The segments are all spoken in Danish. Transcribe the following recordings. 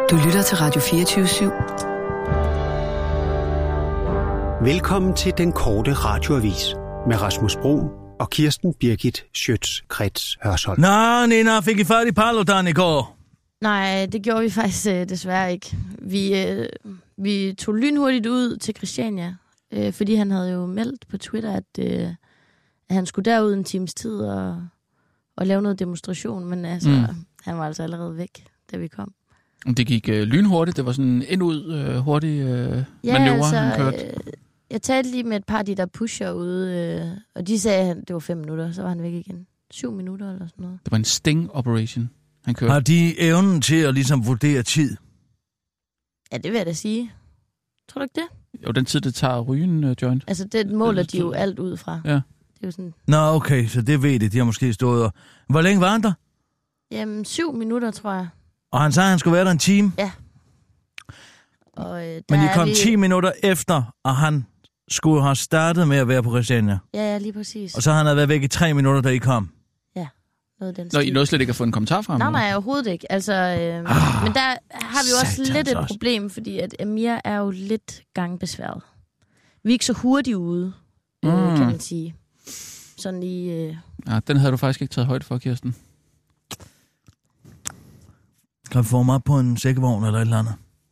Du lytter til Radio 24/7. Velkommen til den korte radioavis med Rasmus Broen og Kirsten Birgit Schøtz-Krets Hørsholm. Nå, Nina, fik I fat i Paludan i går? Nej, det gjorde vi faktisk desværre ikke. Vi tog lynhurtigt ud til Christiania, fordi han havde jo meldt på Twitter, at han skulle derud en times tid og lave noget demonstration, men altså, han var altså allerede væk, da vi kom. Det gik lynhurtigt, det var sådan ind-ud hurtig manøvre, han kørte. Jeg talte lige med et par af de der pusher ude, og de sagde, at det var 5 minutter, så var han væk igen. 7 minutter eller sådan noget. Det var en sting operation, han kørte. Har de evnen til at ligesom vurdere tid? Ja, det vil jeg da sige. Tror du ikke det? Jo, den tid, det tager at ryge en joint. Altså, det måler de jo alt ud fra. Ja. Det er jo sådan... Nå, okay, så det ved de. De har måske stået og... Hvor længe var han der? Jamen, 7 minutter, tror jeg. Og han sagde, at han skulle være der en time? Ja. Og, men de kom 10 minutter efter, og han skulle have startet med at være på Christiania. Ja, lige præcis. Og så har han været væk i 3 minutter, da I kom. Ja, noget den stil. Nå, I nåede slet ikke at få en kommentar fra ham? Nej, overhovedet ikke. Altså, men der har vi jo også lidt et problem, fordi at Amir er jo lidt gangbesværet. Vi er ikke så hurtigt ude, kan man sige. Sådan lige... Ja, den havde du faktisk ikke taget højt for, Kirsten. Kan vi få mig på en sækkevogn eller et eller andet?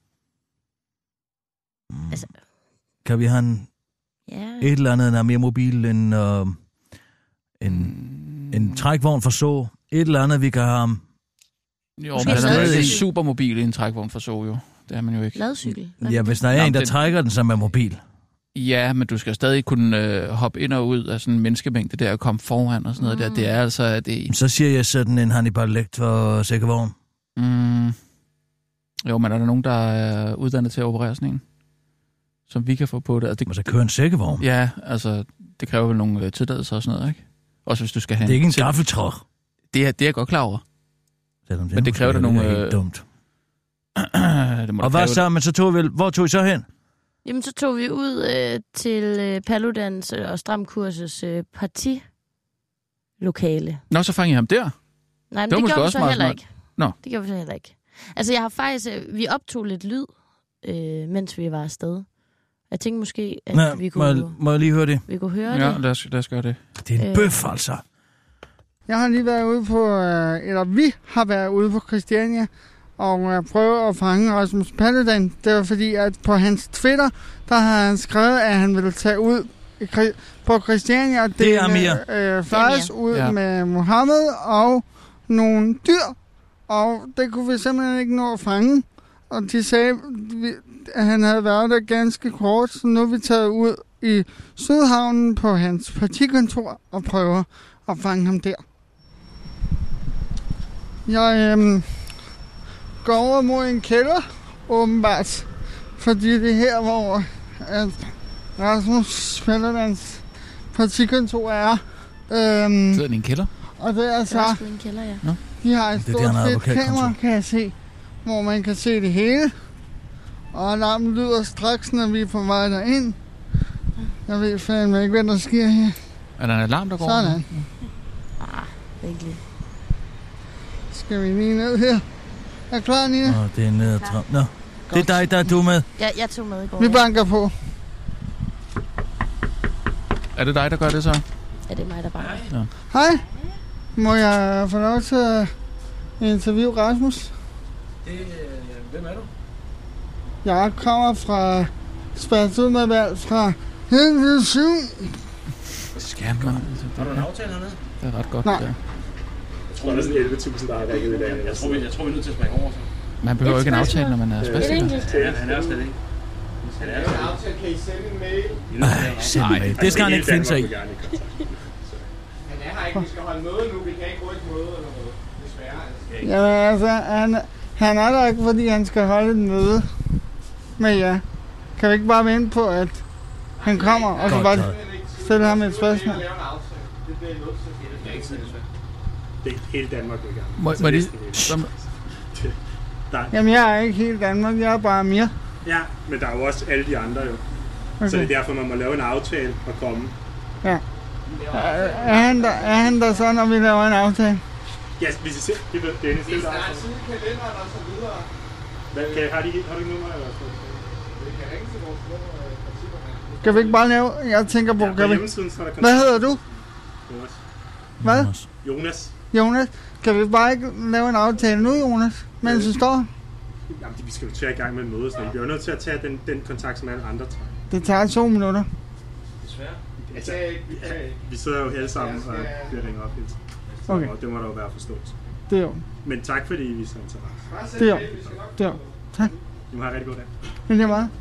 Altså... Kan vi have et eller andet, en mere mobil, en trækvogn for så? Et eller andet, vi kan have... Jo, men han er ikke supermobil i en trækvogn for så, jo. Det er man jo ikke. Ladcykel? Ja, hvis der er en, der trækker den, som er mobil. Ja, men du skal stadig kunne hoppe ind og ud af sådan en menneskemængde der og komme foran og sådan noget der. Det er altså... Så siger jeg sådan en Hannibal Lecter sækkevogn. Jo, men er der nogen, der er uddannet til at operere sådan en? Som vi kan få på det. Altså, man så køre en sækkevogn? Ja, altså, det kræver vel nogle tilladelser og sådan noget, ikke? Også hvis du skal have... Det er ikke en gaffeltruck. Det er jeg godt klar over. Men det kræver der nogle... Det er dumt. Og hvad så? Men så tog vi... Hvor tog I så hen? Jamen, så tog vi ud til Paludans og Stramkurses partilokale. Nå, så fangede I ham der? Nej, men det gjorde vi så heller ikke. Nå. Det gjorde vi så heller ikke. Altså, jeg har faktisk... vi optog lidt lyd, mens vi var afsted. Jeg tænkte måske, at vi kunne... Må jeg lige høre det? Vi kunne høre det. Ja, lad os gøre det. Det er en bøf, altså. Jeg har lige været ude på... eller vi har været ude på Christiania og prøve at fange Rasmus Paludan. Det var fordi, at på hans Twitter, der har han skrevet, at han ville tage ud på Christiania og dele flyers ud med Mohammed og nogle dyr. Og det kunne vi simpelthen ikke nå at fange. Og de sagde, at han havde været der ganske kort, så nu er vi taget ud i Sydhavnen på hans partikontor og prøver at fange ham der. Jeg går over mod en kælder, åbenbart, fordi det er her, hvor Rasmus Paludans partikontor er. Sidder den i en kælder? Og det er så... Det er en kælder, ja. Nå. De har et stort fedt kamera, kan jeg se, hvor man kan se det hele. Og alarmen lyder straks, når vi er på vej derind. Jeg ved fandme ikke, hvad der sker her. Er der en alarm, der går? Sådan. Det er ikke lige. Skal vi lige ned her? Er klar, Nina? Det er ned ad trappen. Nå, det er dig, der er du med. Ja, jeg tog med i går. Vi banker på. Er det dig, der gør det så? Ja, det er mig, der banker. Ja. Hej. Må jeg få lov til at interviewe Rasmus? Hvem er du? Jeg kommer fra Spærret fra Helvede 7. Skærm, man. Har du en aftale hernede? Det er ret godt. Nej. Der. Jeg tror, der er sådan 11.000, der har rækket i dag. Jeg tror, vi er nødt til at springe over så. Man behøver ikke en aftale, når man er spærret. Ja, han er slet ikke. En aftale, kan I sende en mail? Nej, det skal han ikke finde sig i. Han er her ikke, vi skal holde møde nu. Vi kan ikke rykke møde eller noget. Desværre. Jamen altså, han er der ikke, fordi han skal holde et møde med jer. Kan vi ikke bare vente på, at han kommer, og så bare stille ham et spørgsmål? Det er ikke sådan, det er hele Danmark, vi gør. Jamen, jeg er ikke helt Danmark, jeg er bare mere. Ja, men der er jo også alle de andre jo. Okay. Så det er derfor, man må lave en aftale og komme. Ja. Er han der så, når vi laver en aftale? Ja, hvis I ser, det er Dennis. Hvis der er siden kalenderen og så videre. Har du ikke nummer? Eller så? Kan vi ikke bare lave... Jeg tænker på... Kan vi... Hvad hedder du? Jonas. Hvad? Jonas. Kan vi bare ikke lave en aftale nu, Jonas? Mens du står? Jamen, vi skal jo til i gang med en møde, så vi bliver nødt til at tage den kontakt, som alle andre tager. Det tager 2 minutter. Desværre. Altså, vi sidder jo alle sammen og bliver ringet op hele tiden. Okay. Og det må der jo være forståelse. Det er jo. Men tak fordi I viser interesse. Det er jo. Tak. I må have rigtig god dag. Men det er meget.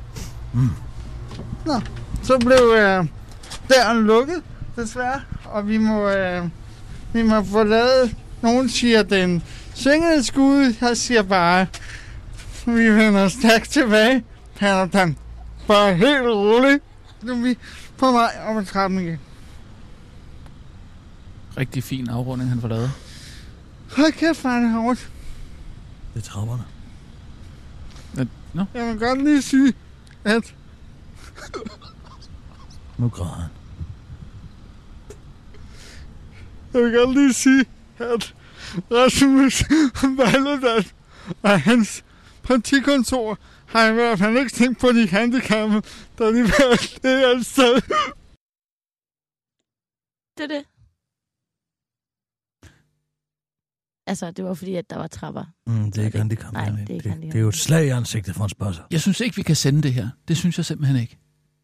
Nå, så blev døren lukket, desværre. Og vi må få lavet... Nogen siger den syngende skud. Jeg siger bare, vi vender stærkt tilbage. Paludan, bare helt roligt. Nu er vi på vej op ad trappen igen. Rigtig fin afrunding, han får lavet. Hold kæft, hvor er det hårdt. Det er trapperne. No. Jeg vil godt lige sige, at... Nu græder han. Jeg vil godt lige sige, at Rasmus Paludan og hans partikontor har i hvert fald ikke tænkt på de handicappede, der lige været det her sted. Det er det. Altså, det var fordi, at der var trapper. Det er ikke handicap. Nej, det er ikke handicap. Det er jo et slag i ansigtet for en spasser. Jeg synes ikke, vi kan sende det her. Det synes jeg simpelthen ikke.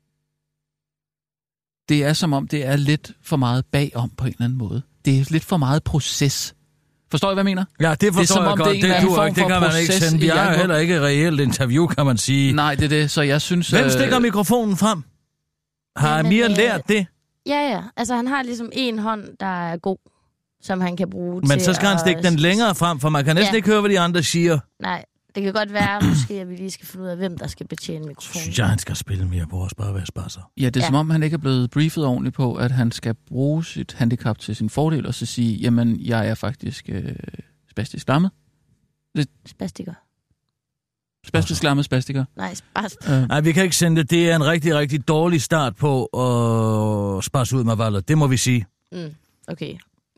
Det er som om, det er lidt for meget bagom på en eller anden måde. Det er lidt for meget proces. Forstår I, hvad jeg mener? Ja, det forstår jeg godt. Det kan man ikke sende. Vi har heller ikke reelt interview, kan man sige. Nej, det er det. Så jeg synes... Hvem stikker mikrofonen frem? Har Amir lært det? Ja. Altså, han har ligesom en hånd, der er god, som han kan bruge til. Men så skal han stikke den længere frem, for man kan næsten ikke høre, hvad de andre siger. Nej, det kan godt være, måske, at vi lige skal finde ud af, hvem der skal betjene mikrofonen. Synes jeg, han skal spille mere på os, bare være spasser. Ja, det er som om, han ikke er blevet briefet ordentligt på, at han skal bruge sit handicap til sin fordel, og så sige, jamen, jeg er faktisk spastisk lammet. Spastiker. Spastisk lammet spastiker. Nej, spast. Nej, vi kan ikke sende det. Det er en rigtig, rigtig dårlig start på at spase ud med valget. Det må vi sige. Okay.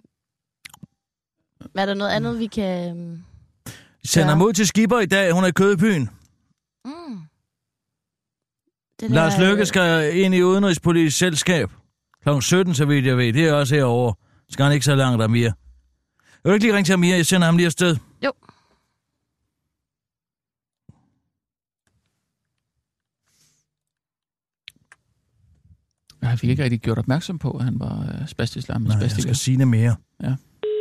Er der noget andet, vi kan... Sender mod til Skipper i dag. Hun er i Kødbyen. Lars Løkke skal ind i udenrigspolitisk selskab. Kl. 17, så vidt jeg ved. Det er også herovre. Skal han ikke så langt, Amir? Jeg vil ikke lige ringe til Amir. Jeg sender ham lige afsted. Jo. Jeg fik ikke rigtig gjort opmærksom på, at han var spastisk lammet. Nej, jeg skal sige det mere. Ja.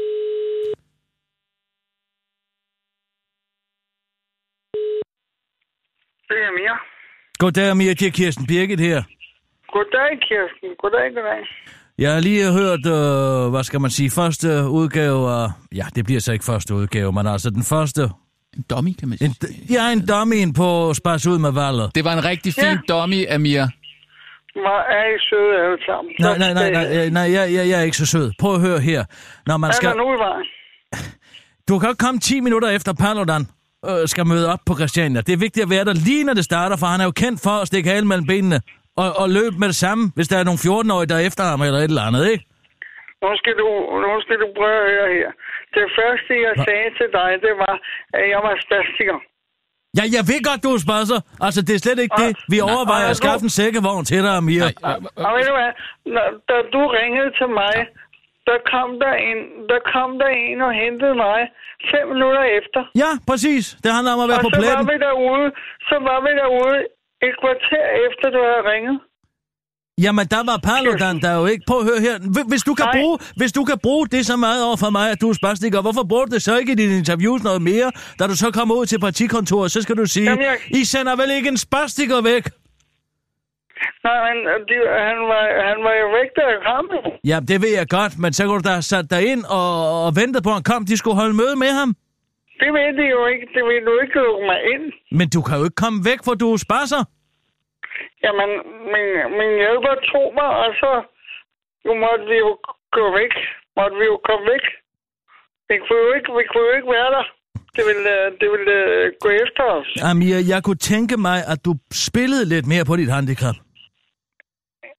Det er Amir. Goddag, Amir. Det er Kirsten Birgit her. Goddag, Kirsten. Goddag. Jeg har lige hørt, hvad skal man sige, første udgave af... Ja, det bliver så ikke første udgave, men altså den første... En dummy, kan man sige. En dummy på Spars ud med valget. Det var en rigtig fin dummy, Amir. Hvor er I søde alle sammen? Nej, jeg er ikke så sød. Prøv at høre her. Når man skal... Er der nu i vejen? Du kan jo komme 10 minutter efter Paludan skal møde op på Christiania. Det er vigtigt at være der lige når det starter, for han er jo kendt for at stikke halen mellem benene og løbe med det samme, hvis der er nogle 14-årige, der er efter ham eller et eller andet, ikke? Nu skal du prøve at høre her. Det første, jeg sagde til dig, det var, at jeg var spastiker. Ja, jeg ved godt, du er spasser. Altså, det er slet ikke det. Vi overvejer at skaffe en sækkevogn til dig, Amir. Og ved du hvad? Da du ringede til mig, der kom der en og hentede mig 5 minutter efter. Ja, præcis. Det handler om at være på pletten. Så var vi derude et kvarter efter, du havde ringet. Jamen, der var Paludan, der jo ikke... Prøv at høre her. Hvis du kan bruge det så meget over for mig, at du er spastiker, hvorfor bruger du det så ikke i dine interviews noget mere? Da du så kommer ud til partikontoret, så skal du sige, I sender vel ikke en spastiker væk? Nej, men han var jo væk, da jeg kom. Ja, det ved jeg godt, men så kunne du da have sat dig ind og ventet på, at han kom. De skulle holde møde med ham. Det ved de jo ikke. Det vil du ikke lukke mig ind. Men du kan jo ikke komme væk, for du er spasser. Jamen, min hjælper tog mig, og så måtte vi jo gå væk. Måtte vi jo komme væk. Vi kunne jo ikke være der. Det ville gå efter os. Amir, jeg kunne tænke mig, at du spillede lidt mere på dit handicap.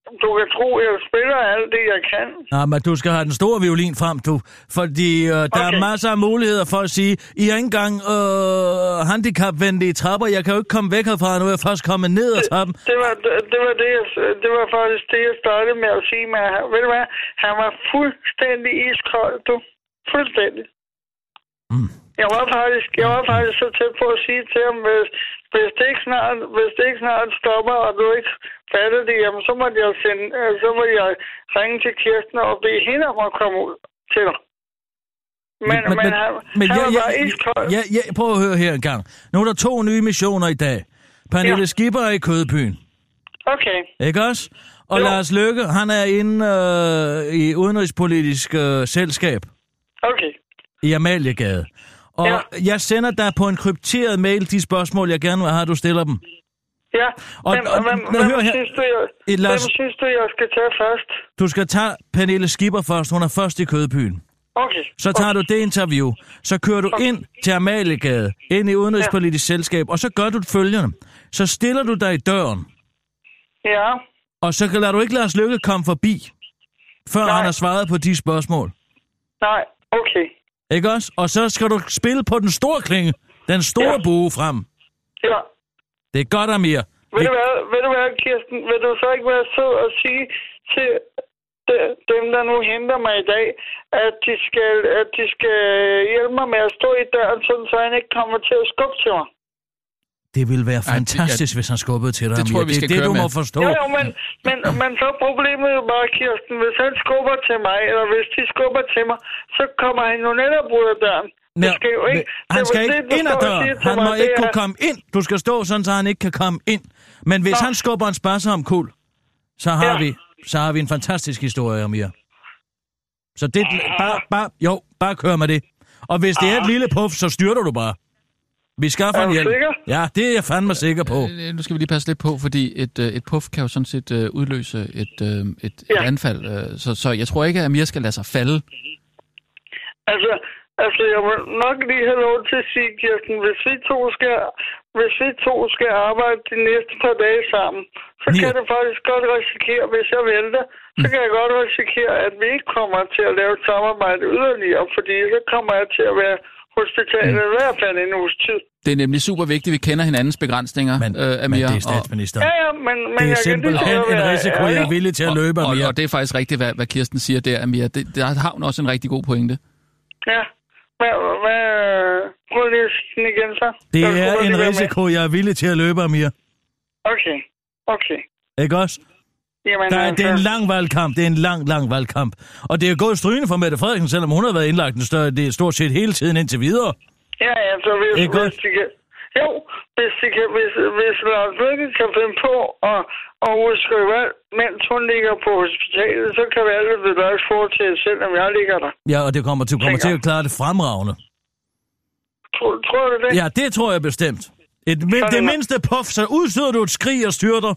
Du kan tro, at jeg spiller alt det, jeg kan. Nej, men du skal have den store violin frem, du. Fordi der er masser af muligheder for at sige, I har ikke engang handicapvenlige trapper. Jeg kan jo ikke komme væk herfra, nu er jeg først kommet ned ad trappen. Det var faktisk det, jeg startede med at sige. Men ved du hvad? Han var fuldstændig iskold, du. Fuldstændig. Mm. Jeg var faktisk så tæt på at sige til ham, hvis det ikke snart stopper, og du ikke fatter det, jamen, så må jeg ringe til Kirsten og bede hende om at komme ud til dig. Men han var bare iskold. Ja, prøv at høre her en gang. Nu er der 2 nye missioner i dag. Pernille Skipper er i Kødbyen. Okay. Ikke også? Og jo. Lars Løkke, han er inde i udenrigspolitisk selskab. Okay. I Amaliegade. Og jeg sender dig på en krypteret mail de spørgsmål, jeg gerne vil have, du stiller dem. Ja, hvem synes du, jeg skal tage først? Du skal tage Pernille Skipper først, hun er først i Kødbyen. Okay. Så tager du det interview, så kører du ind til Amaliegade, ind i udenrigspolitisk selskab, og så gør du følgende. Så stiller du dig i døren. Ja. Og så lader du ikke Lars Løkke komme forbi, før han har svaret på de spørgsmål. Nej, okay. Ikke også? Og så skal du spille på den store klinge. Den store bue frem. Ja. Det er godt, Amir. Ved du hvad, Kirsten? Vil du så ikke være sød at sige til dem, der nu henter mig i dag, at de skal hjælpe mig med at stå i døren, så han ikke kommer til at skubbe til mig? Det ville være fantastisk, hvis han skubbede til dig, det tror jeg, vi skal det er det, du med. må forstå. Jo, men så er problemet jo bare, Kirsten, hvis han skubber til mig, eller hvis de skubber til mig, så kommer han jo netop ud af døren. Han skal ikke ind ad døren. Han må ikke kunne komme ind. Du skal stå sådan, så han ikke kan komme ind. Men hvis han skubber en spasser om kul, så har vi en fantastisk historie, Amir. Så det bare kør med det. Og hvis det er et lille puff, så styrter du bare. Vi skaffer en hjælp. Ja, det er jeg fandme sikker på. Nu skal vi lige passe lidt på, fordi et puff kan jo sådan set udløse et anfald. Så jeg tror ikke, at Amir skal lade sig falde. Altså, jeg må nok lige have lov til at sige, Kirsten, hvis vi to skal arbejde de næste par dage sammen, så kan det faktisk godt risikere, hvis jeg vælter, så kan jeg godt risikere, at vi ikke kommer til at lave et samarbejde yderligere, fordi så kommer jeg til at være hospitalet i hvert fald en uges tid. Det er nemlig super vigtigt, at vi kender hinandens begrænsninger, Amir. Men det er statsminister. Men det er simpelthen en risiko, jeg er villig til at løbe, Amir. Og det er faktisk rigtigt, hvad Kirsten siger der, Amir. Der har hun også en rigtig god pointe. Ja. Prøv lige at sige den igen, så. Det er en risiko, jeg er villig til at løbe, Amir. Okay. Ikke også? Jamen, det er en lang valgkamp. Det er en lang valgkamp. Og det er gået strygende for Mette Frederiksen, selvom hun har været indlagt det er stort set hele tiden indtil videre. Ja, så hvis Lars Løkke kan finde på og udskrive valg, mens hun ligger på hospitalet, så kan vi alle ved dig foretage selv, om jeg ligger der. Ja, og det kommer til at klare det fremragende. Tror du det? Ja, det tror jeg bestemt. Det mindste puff, så udstøder du et skrig og styrter.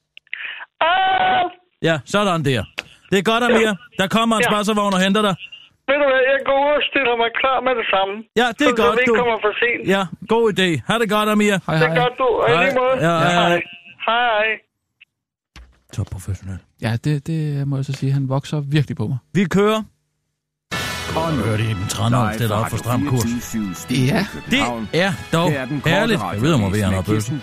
Ja, sådan der. Det er godt, Amir. Der kommer en spasservogn og henter dig. Ved du hvad, jeg går og stiller mig klar med det samme. Ja, det er godt, så vi ikke kommer for sent. Ja, god idé. Ha' det godt, Amir. Hej. Det er godt, du. Og i lige måde. Hej. Så professionel. Ja, det må jeg så sige. Han vokser virkelig på mig. Vi kører. Hørte I den Tranholm stiller op for stram kurs? Ja. Det er dog herligt. Jeg ved, om vi er noget bøsse.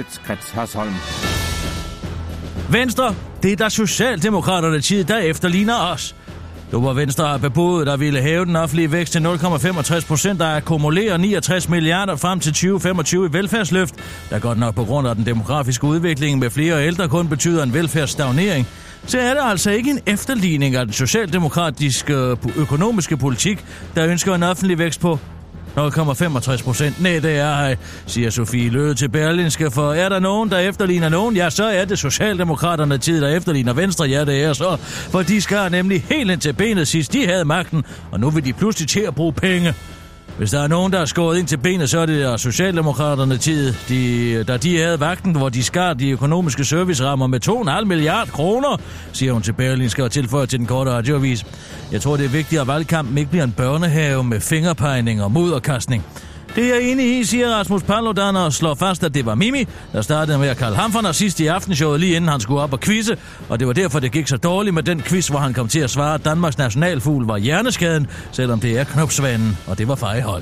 Venstre, det er der Socialdemokraterne tid, der efterligner os. Det var Venstre har bebudet, der ville hæve den offentlige vækst til 0,65%, der akkumulerer 69 milliarder frem til 2025 i velfærdsløft, der godt nok på grund af den demografiske udvikling med flere ældre kun betyder en velfærdsstagnering. Så er det altså ikke en efterligning af den socialdemokratiske økonomiske politik, der ønsker en offentlig vækst på 0,65%. Nej, det er ej, siger Sofie Løde til Berlingske, for er der nogen, der efterligner nogen, ja, så er det Socialdemokraterne tid, der efterligner Venstre, ja, det er så. For de skar nemlig helt ind til benet sidst de havde magten, og nu vil de pludselig til at bruge penge. Hvis der er nogen, der er skåret ind til benet, så er det der Socialdemokraterne tid, da de havde vagten, hvor de skar de økonomiske servicerammer med 2,5 milliarder kroner, siger hun til Berlingske og tilføjer til den korte radioavis. Jeg tror, det er vigtigt, at valgkampen ikke bliver en børnehave med fingerpegning og mudderkastning. Det er jeg enig i, siger Rasmus Paludan og slår fast, at det var Mimi, der startede med at kalde ham for nazist i aftenshowet, lige inden han skulle op og quizze, og det var derfor, det gik så dårligt med den quiz, hvor han kom til at svare, at Danmarks nationalfugl var hjerneskaden, selvom det er knopsvanen, og det var fejhold.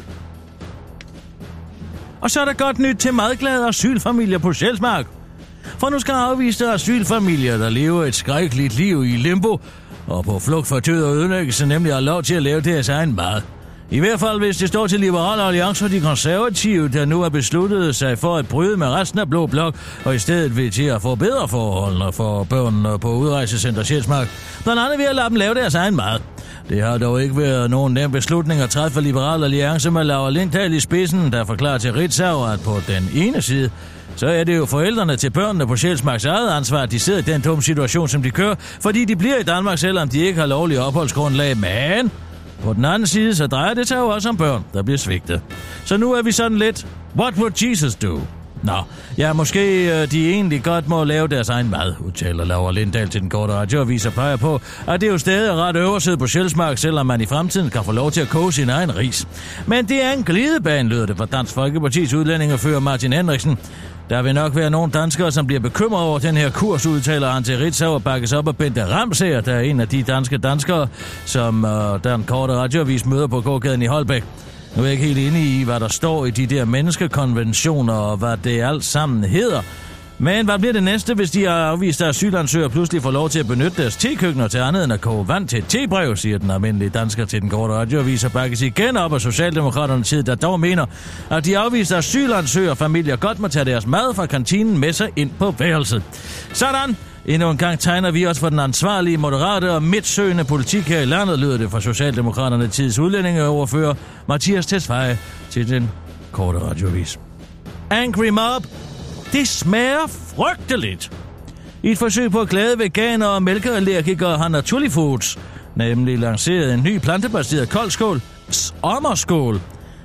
Og så er der godt nyt til meget glade asylfamilier på Sjælsmark. For nu skal afviste asylfamilier, der lever et skrækkeligt liv i limbo, og på flugt for død og ødelæggelse, nemlig har lov til at lave deres egen mad. I hvert fald, hvis det står til Liberale Alliance og de konservative, der nu har besluttet sig for at bryde med resten af Blå Blok, og i stedet vil til at forbedre forholdene for børnene på Udrejsecenter Sjælsmark, blandt andet ved at lade dem lave deres egen mad. Det har dog ikke været nogen nem beslutning at træffe for Liberale Alliance med Laura Lindahl i spidsen, der forklarer til Ritzau, at på den ene side, så er det jo forældrene til børnene på Sjælsmarks eget ansvar, at de sidder i den dumme situation, som de kører, fordi de bliver i Danmark, selvom de ikke har lovlig opholdsgrundlag. Men på den anden side, så drejer det sig jo også om børn, der bliver svigtet. Så nu er vi sådan lidt, what would Jesus do? Nå, ja, måske de egentlig godt må lave deres egen mad, udtaler Laura Lindahl til den korte radioavis og peger på, at det er jo stadig ret øverset på Sjælsmark, selvom man i fremtiden kan få lov til at koge sin egen ris. Men det er en glidebane, lyder det fra Dansk Folkepartis udlændingefører Martin Henriksen. Der vil nok være nogle danskere, som bliver bekymret over den her kurs, udtaler han til Ritzau og bakkes op af Bente Ramsager, der er en af de danskere, som den korte radioavis møder på gågaden i Holbæk. Nu er jeg ikke helt enig i, hvad der står i de der menneskekonventioner og hvad det alt sammen hedder. Men hvad bliver det næste, hvis de afviste asylansøgere pludselig får lov til at benytte deres tekøkkener til andet end at koge vand til et tebrev, siger den almindelige dansker til den korte radioavis og bakkes igen op af Socialdemokraterne tid, der dog mener, at de afviste asylansøgere familier godt må tage deres mad fra kantinen med sig ind på værelset. Sådan! Endnu en gang tegner vi os for den ansvarlige, moderate og midtsøgende politik her i landet, lyder det fra Socialdemokraterne tids udlændingeoverfører Mathias Tesfaye til den korte radioavis. Angry Mob. Det smager frygteligt. I et forsøg på at glæde veganer og mælkeallergikere har Naturlig Foods nemlig lanceret en ny plantebaseret koldskål, Ommerskål.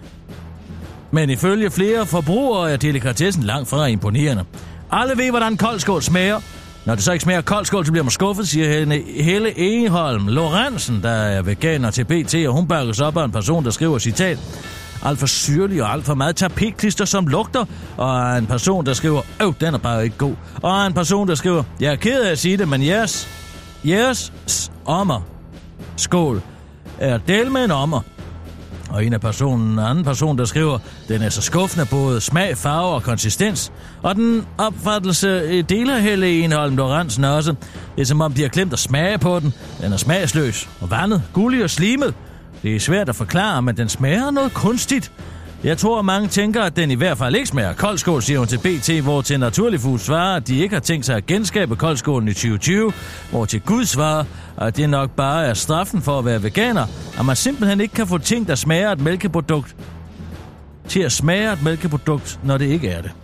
Men ifølge flere forbrugere er delikatessen langt fra imponerende. Alle ved, hvordan koldskål smager. Når det så ikke smager koldskål, så bliver man skuffet, siger Helle Egeholm Lorentzen, der er veganer til BT, og hun bakkes op af en person, der skriver citat: alt for syrlig og alt for meget tapetklister, som lugter, og en person, der skriver, den er bare ikke god, og en person, der skriver, jeg er ked af at sige det, men yes, ommer, skål, er del med en ommer. Og en anden person, der skriver, den er så skuffende både smag, farve og konsistens. Og den opfattelse deler Helle Egeholm Lorentzen også. Det er som om, de har glemt at smage på den. Den er smagsløs og vandet, gullig og slimet. Det er svært at forklare, men den smager noget kunstigt. Jeg tror, at mange tænker, at den i hvert fald ikke smager koldskål, siger hun til BT, hvor til Naturlig Foods svarer, at de ikke har tænkt sig at genskabe koldskålen i 2020, hvor til Gud svarer, at det nok bare er straffen for at være veganer, at man simpelthen ikke kan få ting, der smager et mælkeprodukt, til at smage et mælkeprodukt, når det ikke er det.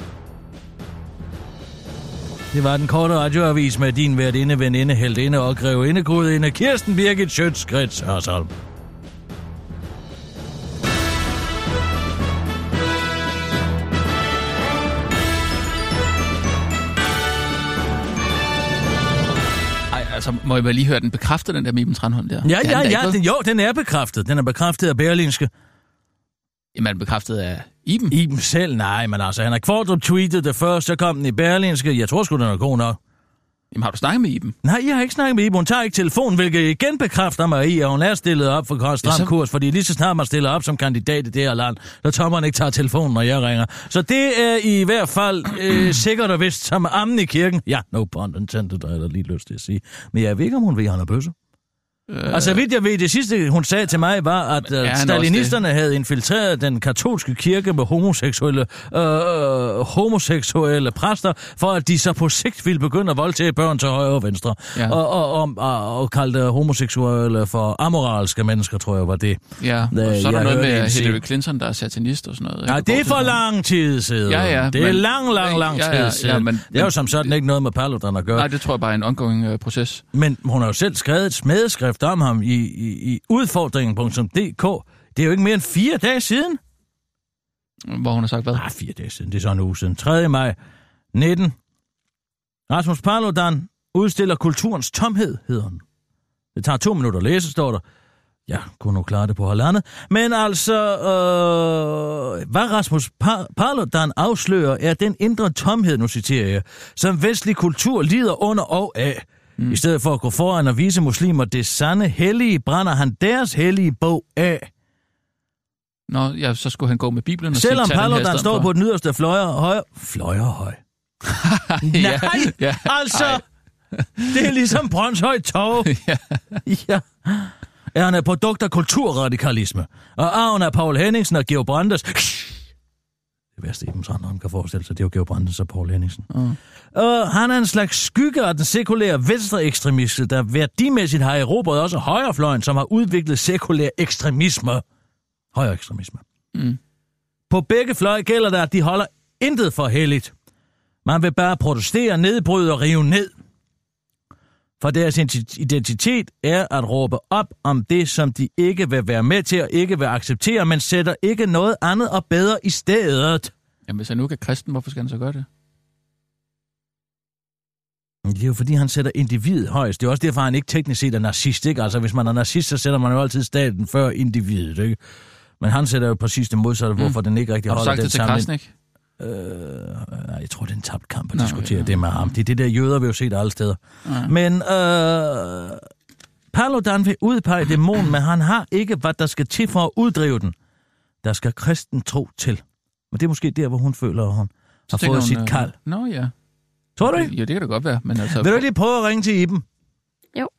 Det var den korte radioavis med din værtinde, veninde, heltinde og grevinde, gudinde, Kirsten Birgit Schøtz-Krets Hørsholm. Altså, må jeg lige høre den bekræfte, den der Iben Tranholm der? Ja, den er bekræftet. Den er bekræftet af Berlingske. Jamen, er den bekræftet af Iben? Iben selv? Nej, men altså, han har Kvartrup tweetet det først, så kom den i Berlingske. Jeg tror sgu, den er god nok. Jamen, har du snakket med Iben? Nej, jeg har ikke snakket med Iben. Hun tager ikke telefonen, hvilket igen bekræfter mig i, at hun er stillet op for Stram Kurs, fordi lige så snart man stiller op som kandidat i det her land, så tør man ikke tage telefonen, når jeg ringer. Så det er i hvert fald sikkert og vist som ammen i kirken. Ja, no pun intended, der er der lige lyst til at sige. Men jeg ved ikke, om hun ved, at han er bøsse. Altså, vidt jeg ved, det sidste, hun sagde til mig, var, at stalinisterne havde infiltreret den katolske kirke med homoseksuelle præster, for at de så på sigt ville begynde at voldtage børn til højre og venstre. Ja. Og kaldte homoseksuelle for amoralske mennesker, tror jeg, var det. Ja, og så er der noget med Hillary Clinton, der er satanist og sådan noget. Nej, det er for lang tid siden. Ja, det er lang tid siden. Ja, men, det er jo som sådan ikke noget med Paludan at gøre. Nej, det tror jeg bare er en ongoing proces. Men hun har jo selv skrevet et smedeskrift om ham i udfordringen.dk. Det er jo ikke mere end 4 dage siden. Hvor hun har sagt hvad? 4 dage siden. Det er så en uge siden. 3. maj 19. Rasmus Paludan udstiller kulturens tomhed, hedder han. Det tager 2 minutter at læse, står der. Jeg kunne nu klare det på halvandet. Men altså, hvad Rasmus Paludan afslører, er den indre tomhed, nu citerer jeg, som vestlig kultur lider under og af. I stedet for at gå foran og vise muslimer det sande hellige, brænder han deres hellige bog af. Nå, ja, så skulle han gå med Bibelen og selvom sige, Paludan står på den yderste fløjehøj. Nej, ja. Altså, det er ligesom Brøndshøj Torv. Ja. Han er produkt af kulturradikalisme. Og arven af Poul Henningsen og Georg Brandes. Det værste Iben Trandholm kan forestille sig, det er jo Georg Brandes og Poul Henningsen. Han er en slags skygge af den sekulære venstreekstremisme, der værdimæssigt har erobret også højrefløjen, som har udviklet sekulær ekstremisme. Højreekstremisme. På begge fløje gælder der, at de holder intet for helligt. Man vil bare protestere, nedbryde og rive ned. For deres identitet er at råbe op om det, som de ikke vil være med til og ikke vil acceptere, men sætter ikke noget andet og bedre i stedet. Jamen, hvis han nu ikke er kristen, hvorfor skal han så gøre det? Det er jo fordi, han sætter individet højst. Det er også derfor, han ikke teknisk set er narcissist, ikke? Altså, hvis man er narcissist, så sætter man jo altid staten før individet, ikke? Men han sætter jo præcis det modsatte, hvorfor den ikke rigtig holder den sammen. Har du sagt det til Krasnik? Jeg tror, det er en tabt kamp at diskutere det med ham. Det er det der jøder, vi jo set alle steder. Men Paludan vil udpege dæmonen, men han har ikke, hvad der skal til for at uddrive den. Der skal kristen tro til. Men det er måske der, hvor hun føler, at hun har fået sit kald. Nå ja. Tror du ikke? Ja, det kan da godt være. Men altså... Vil du ikke lige prøve at ringe til Iben? Jo.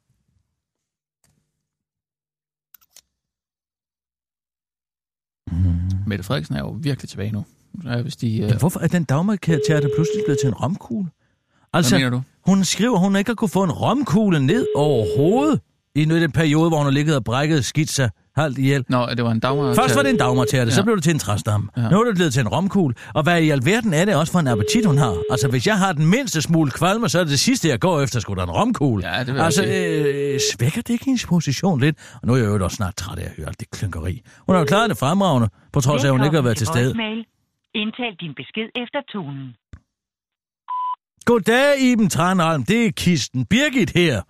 Mette Frederiksen er jo virkelig tilbage nu. Hvis Men hvorfor er den Dagmar-karakter pludselig blevet til en romkugle? Altså, hvad mener du? Hun skriver, at hun ikke har kunne få en romkugle ned overhovedet i den periode, hvor hun har ligget og brækket skidt sig halvt ihjel. Nå, det var en Dagmar. Først var det en Dagmar-tærte, så blev det til en træstamme. Ja. Nu er det blevet til en romkugle. Og hvad i alverden er det også for en appetit, hun har? Altså, hvis jeg har den mindste smule kvalme, så er det sidste, jeg går efter, sgu da en romkugle. Ja, det vil altså, svækker det ikke hendes position lidt? Og nu er jeg jo også snart træt af at høre alt det klynkeri. Hun har jo klaret det fremragende, på trods af, at hun ikke har været til stede. Indtal din besked efter tonen. Goddag, Iben Tranholm. Det er Kirsten Birgit her.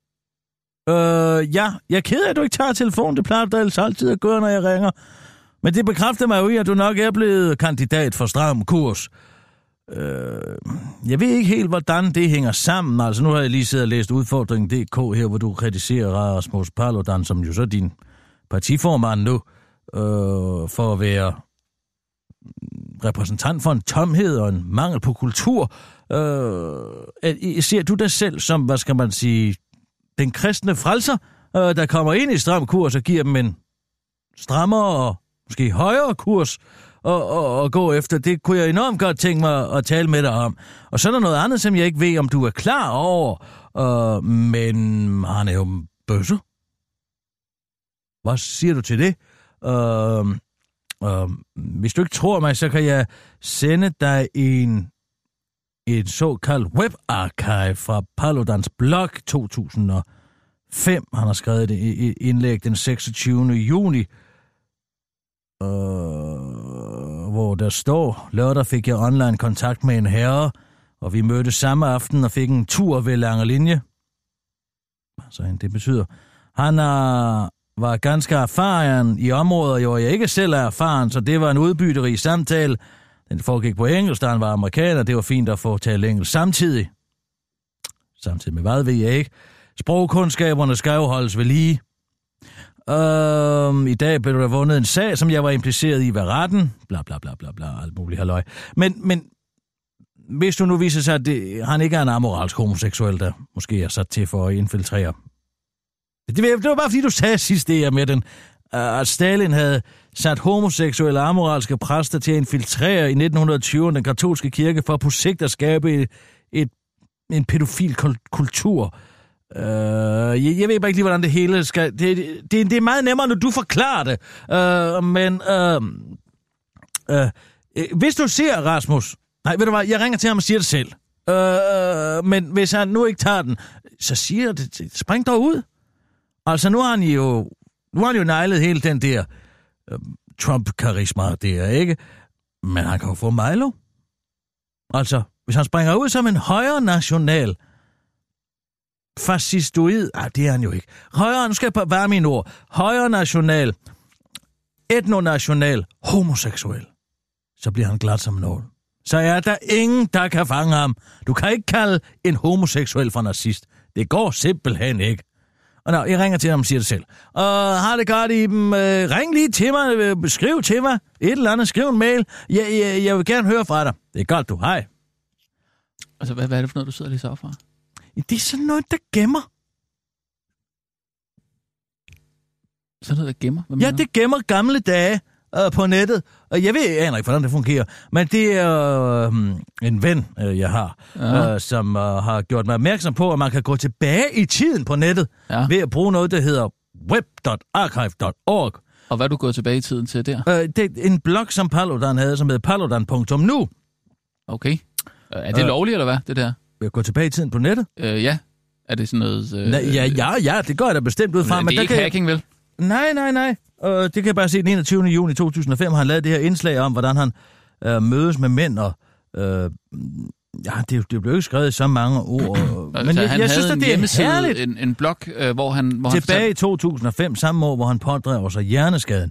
Ja, jeg er ked af, at du ikke tager telefonen. Det plejer du ellers altid at gøre, når jeg ringer. Men det bekræfter mig jo i, at du nok er blevet kandidat for stram kurs. Jeg ved ikke helt, hvordan det hænger sammen. Altså, nu har jeg lige siddet og læst udfordringen.dk her, hvor du kritiserer Rasmus Paludan, som jo så din partiformand nu, for at være repræsentant for en tomhed og en mangel på kultur. Ser du dig selv som, hvad skal man sige, den kristne frelser, der kommer ind i stram kurs og giver dem en strammere og måske højere kurs og gå efter? Det kunne jeg enormt godt tænke mig at tale med dig om. Og så er der noget andet, som jeg ikke ved, om du er klar over, men han er jo bøsse. Hvad siger du til det? Hvis du ikke tror mig, så kan jeg sende dig et såkaldt webarchive fra Paludans blog 2005. Han har skrevet et indlæg den 26. juni, hvor der står: lørdag fik jeg online kontakt med en herre, og vi mødtes samme aften og fik en tur ved Langelinje. Altså, det betyder, han var ganske erfaren i områder, hvor jeg ikke selv er erfaren, så det var en udbytterig samtale. Den foregik på engelsk, da han var amerikaner. Det var fint at få tale engelsk samtidig. Samtidig med hvad, ved jeg ikke. Sprogkundskaberne skal jo holdes ved lige. I dag blev der vundet en sag, som jeg var impliceret i ved retten. Bla bla bla bla bla, alt muligt halløj. Men hvis du nu viser sig, at han ikke er en amoralsk homoseksuel, der måske er sat til for at infiltrere. Det var bare fordi, du sagde sidst det her med den, at Stalin havde sat homoseksuelle amoralske præster til at infiltrere i 1920'erne den katolske kirke for på sigt at skabe en pædofil kultur. Jeg ved bare ikke lige, hvordan det hele skal... Det er meget nemmere, når du forklarer det. Hvis du ser Rasmus... Nej, ved du hvad, jeg ringer til ham og siger det selv. Men hvis han nu ikke tager den, så siger jeg det. Spring dog ud. Altså, nu har han jo nejlet hele den der Trump-karisma der, ikke? Men han kan jo få Milo. Altså, hvis han springer ud som en højre national, fascistoid. Det er han jo ikke. Højre, nu skal jeg være mine ord. Højre national, etnonational, homoseksuel. Så bliver han glat som nål. Så er der ingen, der kan fange ham. Du kan ikke kalde en homoseksuel for nazist. Det går simpelthen ikke. Og nå, jeg ringer til ham og siger det selv. Og har det godt, Iben? Ring lige til mig. Skriv til mig. Et eller andet. Skriv en mail. Jeg vil gerne høre fra dig. Det er godt, du. Hej. Altså, hvad er det for noget, du sidder lige så fra? Det er sådan noget, der gemmer. Sådan noget, der gemmer? Ja, det gemmer gamle dage på nettet. Og jeg aner ikke, hvordan det fungerer. Men det er en ven, jeg har, som har gjort mig opmærksom på, at man kan gå tilbage i tiden på nettet ved at bruge noget, der hedder web.archive.org. Og hvad er du gået tilbage i tiden til der? Det er en blog, som Paludan havde, som hedder paludan.nu. Okay. Er det lovligt, eller hvad, det der? Jeg går tilbage i tiden på nettet? Ja. Er det sådan noget... Ja, det går jeg da bestemt ud fra. Men det er ikke hacking, vel? Nej. Det kan jeg bare se, den 21. juni 2005 har han lavet det her indslag om, hvordan han mødes med mænd, og det blev ikke skrevet i så mange ord. Men jeg synes, at det er herligt. En blog, hvor han... Tilbage i 2005, samme år, hvor han pådrev sig hjerneskaden.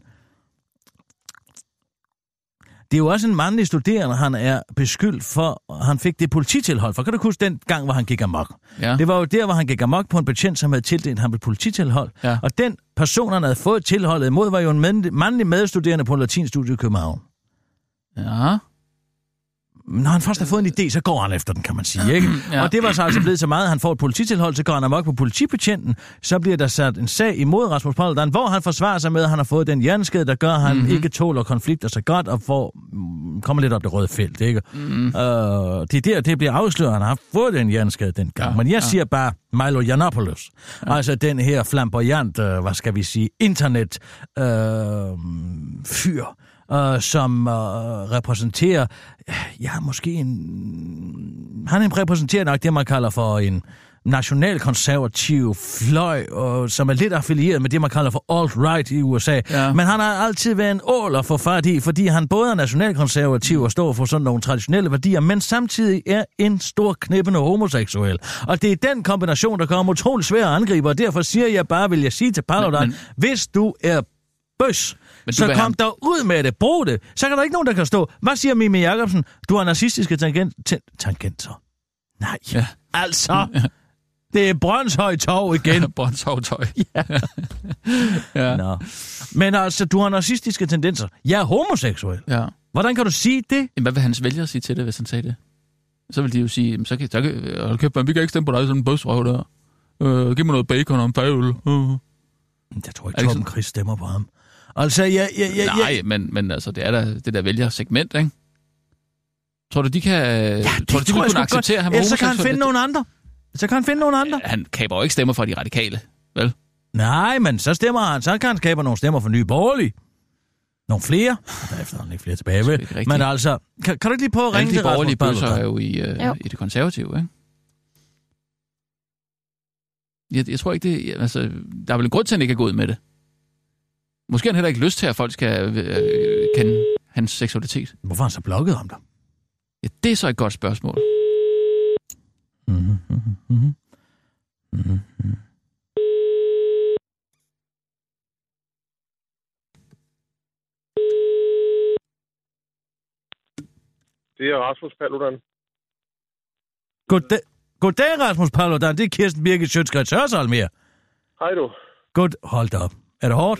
Det er jo også en mandlig studerende, han er beskyldt for, han fik det polititilhold. For kan du huske den gang, hvor han gik amok? Ja. Det var jo der, hvor han gik amok på en betjent, som havde tildelt ham et polititilhold. Ja. Og den person, han havde fået tilholdet imod, var jo en mandlig medstuderende på en latinstudie i København. Ja. Når han først har fået en idé, så går han efter den, kan man sige, ikke? Ja. Og det var så altså blevet så meget, at han får et polititilhold, så går han amok på politibetjenten. Så bliver der sat en sag imod Rasmus Paludan, hvor han forsvarer sig med, at han har fået den hjerneskade, der gør, at han ikke tåler konflikter så godt, og kommer lidt op det røde felt, ikke? Det er der, det bliver afsløret, han har fået den hjerneskade dengang. Men jeg siger bare Milo Yiannopoulos. Altså den her flamboyant, hvad skal vi sige, internet fyr, som repræsenterer, han repræsenterer nok det, man kalder for en nationalkonservativ fløj, som er lidt affilieret med det, man kalder for alt-right i USA. Ja. Men han har altid været en ål at få fat i, fordi han både er nationalkonservativ og står for sådan nogle traditionelle værdier, men samtidig er en stor knæppende homoseksuel. Og det er den kombination, der kommer utrolig svær at angribe, og derfor siger jeg bare, vil jeg sige til Paludan, hvis du er bøs, så kom der ud med det, brug det. Så kan der ikke nogen, der kan stå. Hvad siger Mimi Jacobsen? Du har narcistiske tangenter. Nej, altså. Det er Brøndshøj Torv igen. Brøndshøj Torv. Ja. Nå. Men altså, du har narcistiske tendenser. Jeg er homoseksuel. Ja. Hvordan kan du sige det? Hvad vil hans vælgere sige til det, hvis han sagde det? Så vil de jo sige, så kan vi kan ikke stemme på dig sådan en bøsrøv der. Giv mig noget bacon og en fagøl. Jeg tror ikke, Torben Chris stemmer på ham. Altså, nej, men altså, det er det der vælgersegment, ikke? Tror du, de kan... tror du, de kunne acceptere ham? Ellers så kan han finde nogle andre. Han kaber jo ikke stemmer for de radikale, vel? Nej, men så stemmer han. Så kan han skabe nogle stemmer for Nye Borgerlige. Nogle flere. Der er efterhånden ikke flere tilbage ved. Men altså, kan du ikke lige på at ringe til Rasmus Paludan? Alle de borgerlige bøsser er jo i det konservative, ikke? Jeg tror ikke det... Altså, der er vel en grund til, at han ikke er gået med det. Måske har han heller ikke lyst til, at folk skal kende hans seksualitet. Hvorfor har han så blokket ham der? Ja, det er så et godt spørgsmål. Det er Rasmus Paludan. Goddag, Rasmus Paludan. Det er Kirsten Birgit Sjøtskrets Hørsholm her. Hej du. Godt, hold da op. Er det hårdt?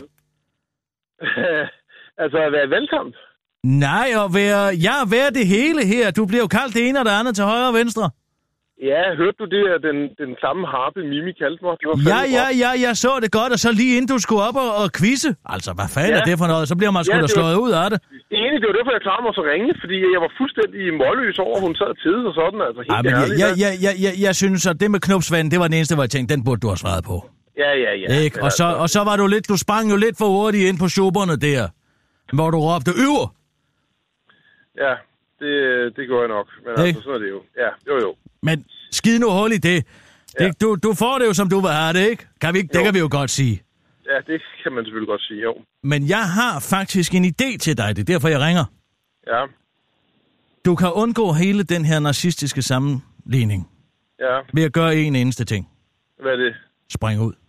Altså at være velkommen? Nej, at være det hele her. Du bliver jo kaldt det ene og det andet til højre og venstre. Ja, hørte du det, den samme harpe Mimi kaldte mig? Ja, jeg så det godt, og så lige inden du skulle op og quizze. Altså, hvad fanden er det for noget? Så bliver man sgu da slået ud af det. Egentlig, det var derfor, jeg klarede mig så ringe, fordi jeg var fuldstændig målløs over, hun sad tid og sådan, altså helt ærligt. Jeg synes, at det med knopsvanden, det var den eneste, hvor jeg tænkte, den burde du have svaret på. Ja. Ikke? Og så var du sprang jo lidt for hurtigt ind på shopperne der, hvor du råbte øver. Ja, det går jeg nok, men altså, sådan er det jo. Ja, jo. Men skid nu hul i det. Ja. Du får det jo, som du vil have det, ikke? Det kan vi jo godt sige. Ja, det kan man selvfølgelig godt sige, jo. Men jeg har faktisk en idé til dig, det er derfor, jeg ringer. Ja. Du kan undgå hele den her narcistiske sammenligning. Ja. Ved at gøre en eneste ting. Hvad er det? Spring ud.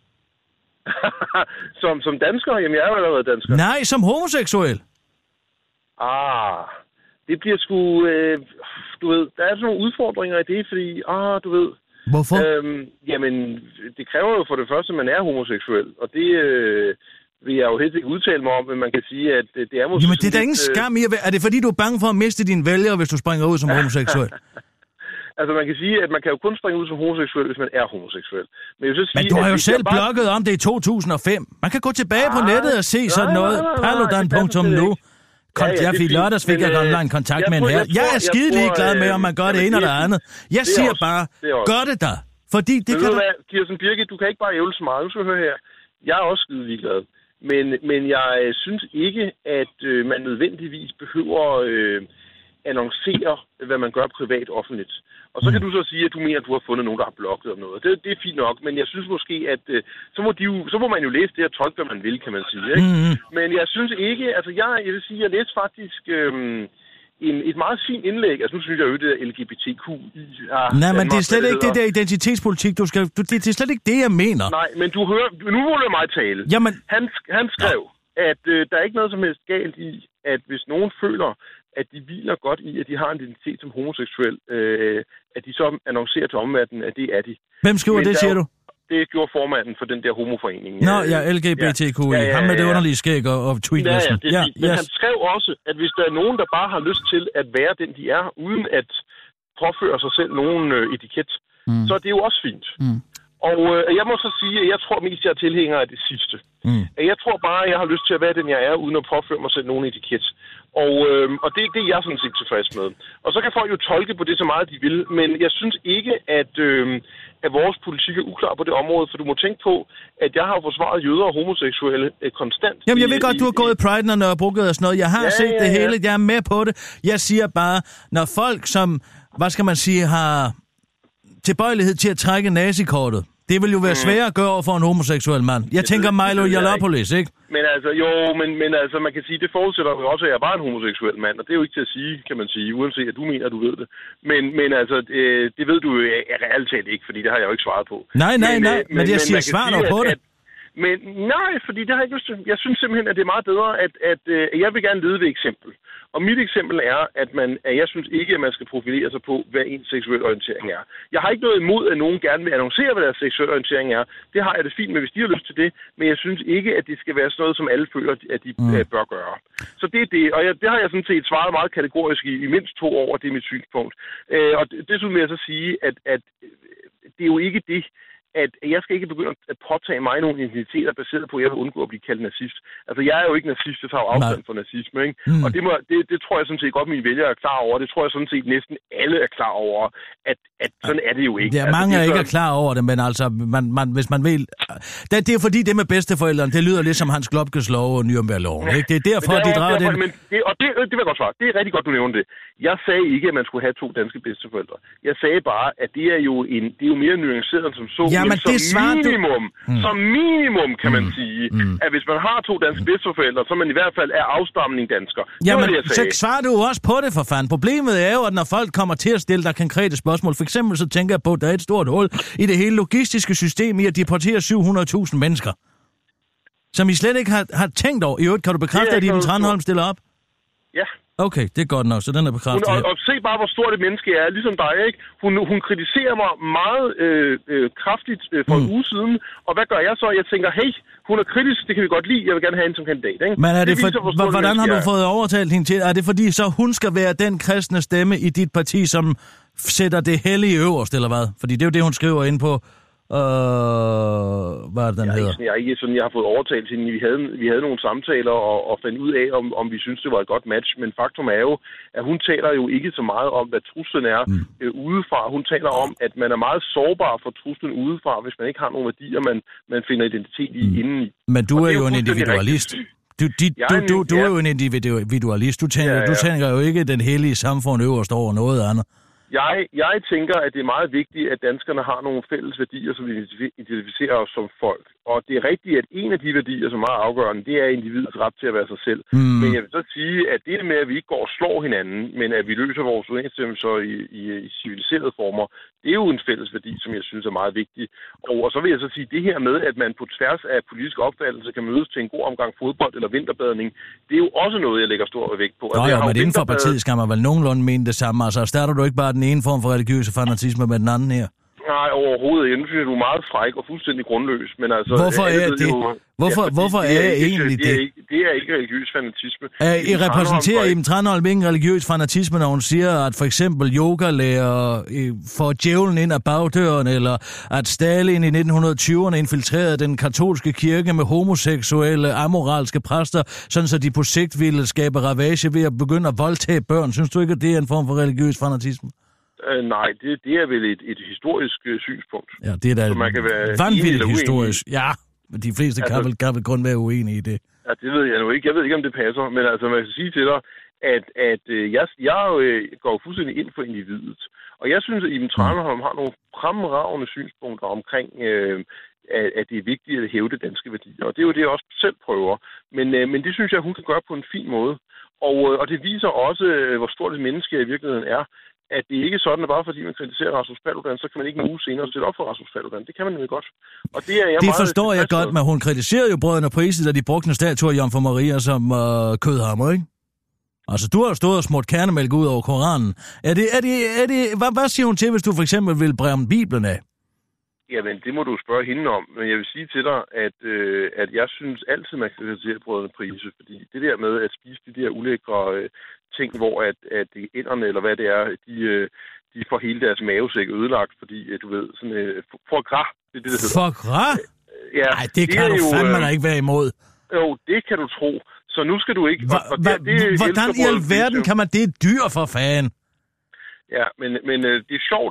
som dansker? Jamen, jeg er jo allerede dansker. Nej, som homoseksuel. Det bliver sgu... du ved, der er sådan nogle udfordringer i det, fordi... du ved... Hvorfor? Jamen, det kræver jo for det første, at man er homoseksuel. Og det vil jeg jo helt ikke udtale mig om, men man kan sige, at det er måske... Jamen, det er da ingen skam i. Er det fordi, du er bange for at miste dine vælgere, hvis du springer ud som homoseksuel? Altså, man kan sige, at man kan jo kun springe ud som homoseksuel, hvis man er homoseksuel. Men du har jo selv blogget om det i 2005. Man kan gå tilbage på nettet og se sådan noget. Paludan.nu. I lørdags fik jeg godt en kontakt med en her. Jeg er skide ligeglad med, om man gør det ene eller det andet. Jeg siger bare, gør det da. Fordi det kan du... Kirsten Birgit, du kan ikke bare ævle så meget. Du skal høre her. Jeg er også skide ligeglad. Men jeg synes ikke, at man nødvendigvis behøver annoncere, hvad man gør privat offentligt. Og så kan du så sige, at du mener, at du har fundet nogen, der har blogget om noget. Det er fint nok, men jeg synes måske, at så må man jo læse det og tolke, hvad man vil, kan man sige. Ikke? Men jeg synes ikke, altså jeg vil sige, jeg læste faktisk et meget fint indlæg. Altså nu synes jeg jo, det der LGBTQI... Nej, men det er slet ikke det der identitetspolitik, det er slet ikke det, jeg mener. Nej, men du hører, nu må du mig tale. Jamen... Han skrev, at der er ikke noget som helst galt i, at hvis nogen føler, at de hviler godt i, at de har en identitet som homoseksuel, at de så annoncerer til omverdenen, at det er de. Hvem skriver det, siger du? Det gjorde formanden for den der homoforening. Nå, LGBTQI. Ham med det underlige skæg og tweetlæsen. Men han skrev også, at hvis der er nogen, der bare har lyst til at være den, de er, uden at påføre sig selv nogen etiket, så er det jo også fint. Og jeg må så sige, at jeg tror mest, jeg er tilhænger af det sidste. Jeg tror bare, at jeg har lyst til at være den, jeg er, uden at påføre mig selv nogen etiket. Og det er jeg sådan set tilfreds med. Og så kan folk jo tolke på det så meget, de vil, men jeg synes ikke, at vores politik er uklar på det område, for du må tænke på, at jeg har forsvaret jøder og homoseksuelle konstant. Jamen, jeg ved godt, du har gået i Pride og Nørrebrogade og sådan noget. Jeg har set det hele, jeg er med på det. Jeg siger bare, når folk som, hvad skal man sige, har tilbøjelighed til at trække nazikortet, det vil jo være sværere at gøre over for en homoseksuel mand. Jeg tænker Milo Yiannopoulos, ikke? Men altså, men altså, man kan sige, det forudsætter jo også, at jeg er bare en homoseksuel mand, og det er jo ikke til at sige, kan man sige, uanset at du mener, at du ved det. Men altså, det ved du jo reelt talt ikke, fordi det har jeg jo ikke svaret på. Nej, men jeg siger svar nu på det. Men nej, fordi det har jeg ikke lyst til. Jeg synes simpelthen, at det er meget bedre, at jeg vil gerne lede ved eksempel. Og mit eksempel er, at jeg synes ikke, at man skal profilere sig på, hvad en seksuel orientering er. Jeg har ikke noget imod, at nogen gerne vil annoncere, hvad deres seksuel orientering er. Det har jeg det fint med, hvis de har lyst til det. Men jeg synes ikke, at det skal være sådan noget, som alle føler, at de bør gøre. Så det er det. Og det har jeg sådan set svaret meget kategorisk i mindst 2 år, og det er mit synspunkt. Og desuden vil jeg så sige, at det er jo ikke det, at jeg skal ikke begynde at påtage mig nogle identiteter baseret på, at jeg vil undgå at blive kaldt nazist. Altså, jeg er jo ikke nazist, jeg tager jo afstand for nazisme, ikke? Og det tror jeg sådan set godt, mine vælgere er klar over. Det tror jeg sådan set næsten alle er klar over, at sådan er det jo ikke. Ja, mange er ikke klar over det, men altså, hvis man vil... Det er fordi, det med bedsteforældrene, det lyder lidt som Hans Globkes lov og Nürnberg-loven, ikke? Det er derfor, de drager det... Det vil jeg godt svare. Det er rigtig godt, du nævnte det. Jeg sagde ikke, at man skulle have 2 danske bedsteforældre. Jeg sagde bare, at det er jo mere nuanceret end som så. Ja, men som minimum, kan man sige, at hvis man har 2 danske bedsteforældre, så man i hvert fald er afstamning dansker. Jamen, så svarer du også på det, for fanden. Problemet er jo, at når folk kommer til at stille dig konkrete spørgsmål, for eksempel så tænker jeg på, at der er et stort hul i det hele logistiske system i at deportere 700.000 mennesker, som I slet ikke har tænkt over. I øvrigt, kan du bekræfte, at Iben Tranholm stiller op? Ja. Okay, det er godt nok, så den er bekræftet. Og se bare, hvor stort et menneske er, ligesom dig, ikke? Hun kritiserer mig meget kraftigt for en uge siden, og hvad gør jeg så? Jeg tænker, hey, hun er kritisk, det kan vi godt lide, jeg vil gerne have hende som kandidat, ikke? Men hvordan har du fået overtalt hende til? Er det fordi, så hun skal være den kristne stemme i dit parti, som sætter det hellige øverst, eller hvad? Fordi det er jo det, hun skriver ind på... hvad er det, den hedder? Jeg er ikke sådan, jeg har fået overtalt hende. Vi havde nogle samtaler og fandt ud af, om vi synes det var et godt match. Men faktum er jo, at hun taler jo ikke så meget om, hvad truslen er udefra. Hun taler om, at man er meget sårbar for truslen udefra, hvis man ikke har nogle værdier, man finder identitet i indeni. Men du er jo en individualist. Du er jo en individualist. Du tænker jo ikke den hellige samfund øverst over noget andet. Jeg tænker, at det er meget vigtigt, at danskerne har nogle fælles værdier, som identificerer os som folk. Og det er rigtigt, at en af de værdier, som er meget afgørende, det er individets ret til at være sig selv. Men jeg vil så sige, at det med, at vi ikke går og slår hinanden, men at vi løser vores uenigheder i civiliserede former, det er jo en fælles værdi, som jeg synes er meget vigtig. Og så vil jeg så sige, det her med, at man på tværs af politisk opfattelse kan mødes til en god omgang fodbold eller vinterbadning, det er jo også noget, jeg lægger stor vægt på. Nå, men inden for partiet skal man vel nogenlunde mene det samme. Altså, starter du ikke bare den ene form for religiøse fanatisme med den anden her? Nej, overhovedet ikke. Nu synes jeg, du er meget fræk og fuldstændig grundløs. Men altså, hvorfor er det? Hvorfor er jeg egentlig det? Det er ikke religiøs fanatisme. I repræsenterer Iben Tranholm ikke en religiøs fanatisme, når hun siger, at for eksempel yogalærer får djævlen ind ad bagdøren, eller at Stalin i 1920'erne infiltrerede den katolske kirke med homoseksuelle, amoralske præster, sådan så de på sigt ville skabe ravage ved at begynde at voldtage børn. Synes du ikke, at det er en form for religiøs fanatisme? Nej, det er vel et historisk synspunkt. Ja, det er da vanvittigt historisk. Ja, men de fleste kan vel kun være uenige i det. Ja, det ved jeg nu ikke. Jeg ved ikke, om det passer, men altså, man kan sige til dig, at jeg går fuldstændig ind for individet. Og jeg synes, at Iben Tranholm har nogle fremragende synspunkter omkring, at det er vigtigt at hæve det danske værdier. Og det er jo det, jeg også selv prøver. Men det synes jeg, hun kan gøre på en fin måde. Og det viser også, hvor stort et menneske jeg i virkeligheden er. At det ikke er sådan, at bare fordi man kritiserer Rasmus Paludan, så kan man ikke en uge senere stille op for Rasmus Paludan. Det kan man nemlig godt. Og det er jeg det forstår jeg godt, men hun kritiserede jo brødrene Prise, da de brugte en statue af Jomfru Maria som kødhammer, ikke? Altså, du har stået og smurt kernemælk ud over Koranen. Hvad siger hun til, hvis du for eksempel vil brænde Bibelen af? Jamen, det må du spørge hende om. Men jeg vil sige til dig, at jeg synes altid, man kan kritisere brødrene Prise, fordi det der med at spise de der ulækre ting, hvor at inderne, eller hvad det er, de får hele deres mavesæk ødelagt, fordi, du ved, sådan foie gras, det er det, der hedder. Foie gras? Ja, nej, det kan du fandme da ikke være imod. Jo, det kan du tro. Så nu skal du ikke... Hvordan i alverden kan man det dyr for fanden? Ja, men det er sjovt,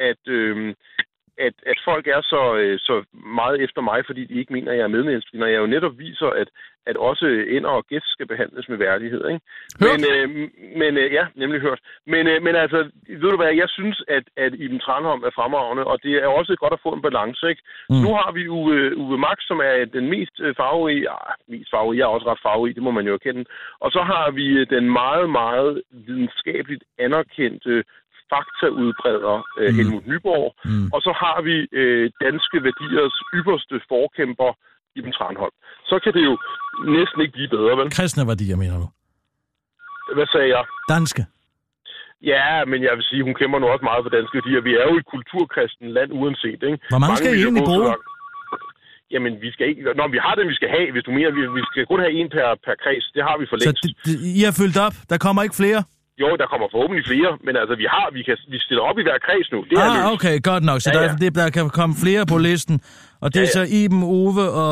at folk er så meget efter mig, fordi de ikke mener, at jeg er medmenneskelig, når jeg jo netop viser, at også ender og gæst skal behandles med værdighed, ikke? Men ja, nemlig hørt. Men altså, ved du hvad, jeg synes, at Iben Tranholm er fremragende, og det er også godt at få en balance, ikke? Nu har vi Uwe Max, som er den mest farverige, jeg er også ret farverig, det må man jo erkende, og så har vi den meget, meget videnskabeligt anerkendte faktaudbreder Helmut Nyborg, og så har vi danske værdiers ypperste forkæmper Iben Tranholm. Så kan det jo næsten ikke blive bedre, vel? Kristne værdier, mener du? Hvad sagde jeg? Danske. Ja, men jeg vil sige, hun kæmper nu også meget for danske værdier. Vi er jo et kulturkristen land uanset, ikke? Hvor mange skal I egentlig bruge? Jamen, vi skal ikke... Nå, vi har den, vi skal have. Hvis du mener, vi skal kun have en per kreds. Det har vi for længst. Så I er fyldt op? Der kommer ikke flere? Jo, der kommer forhåbentlig flere, men altså, vi stiller op i hver kreds nu. Det er okay, godt nok. Så der kan komme flere på listen. Og det er så Iben, Uwe og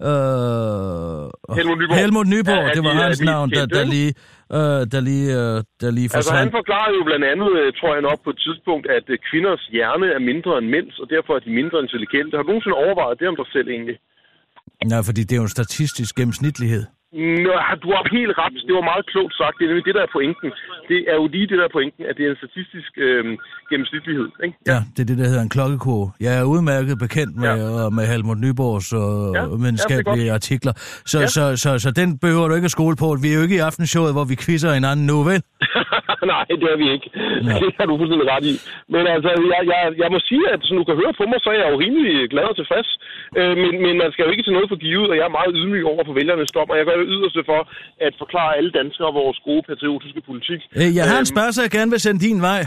Helmut Nyborg. Det var hans navn, der lige forsvandt. Altså, han forklarede jo blandt andet, tror jeg nok på et tidspunkt, at kvinders hjerne er mindre end mænds, og derfor er de mindre intelligente. Har du nogensinde overvejet det om dig selv egentlig? Nej, fordi det er jo en statistisk gennemsnitlighed. Nå, du har helt ret. Det var meget klogt sagt. Det er nemlig det, der er pointen. Det er jo lige det, der er pointen, at det er en statistisk gennemsnitlighed. Ikke? Ja, det er det, der hedder en klokkekurve. Jeg er udmærket bekendt med Helmut Nyborgs videnskabelige artikler. Så den behøver du ikke at skole på. Vi er jo ikke i aftenshowet, hvor vi quizzer hinanden nu, vel? Nej, det er vi ikke. Ja. Det har du fuldstændig ret i. Men altså, jeg må sige, at som du kan høre på mig, så er jeg jo rimelig glad og tilfreds. Men man skal jo ikke til noget for givet, og jeg er meget ydmyg over for vælgernes dom, og jeg gør det yderste for at forklare alle danskere vores gode patriotiske politik. Jeg har en spørgsmål, jeg gerne vil sende din vej.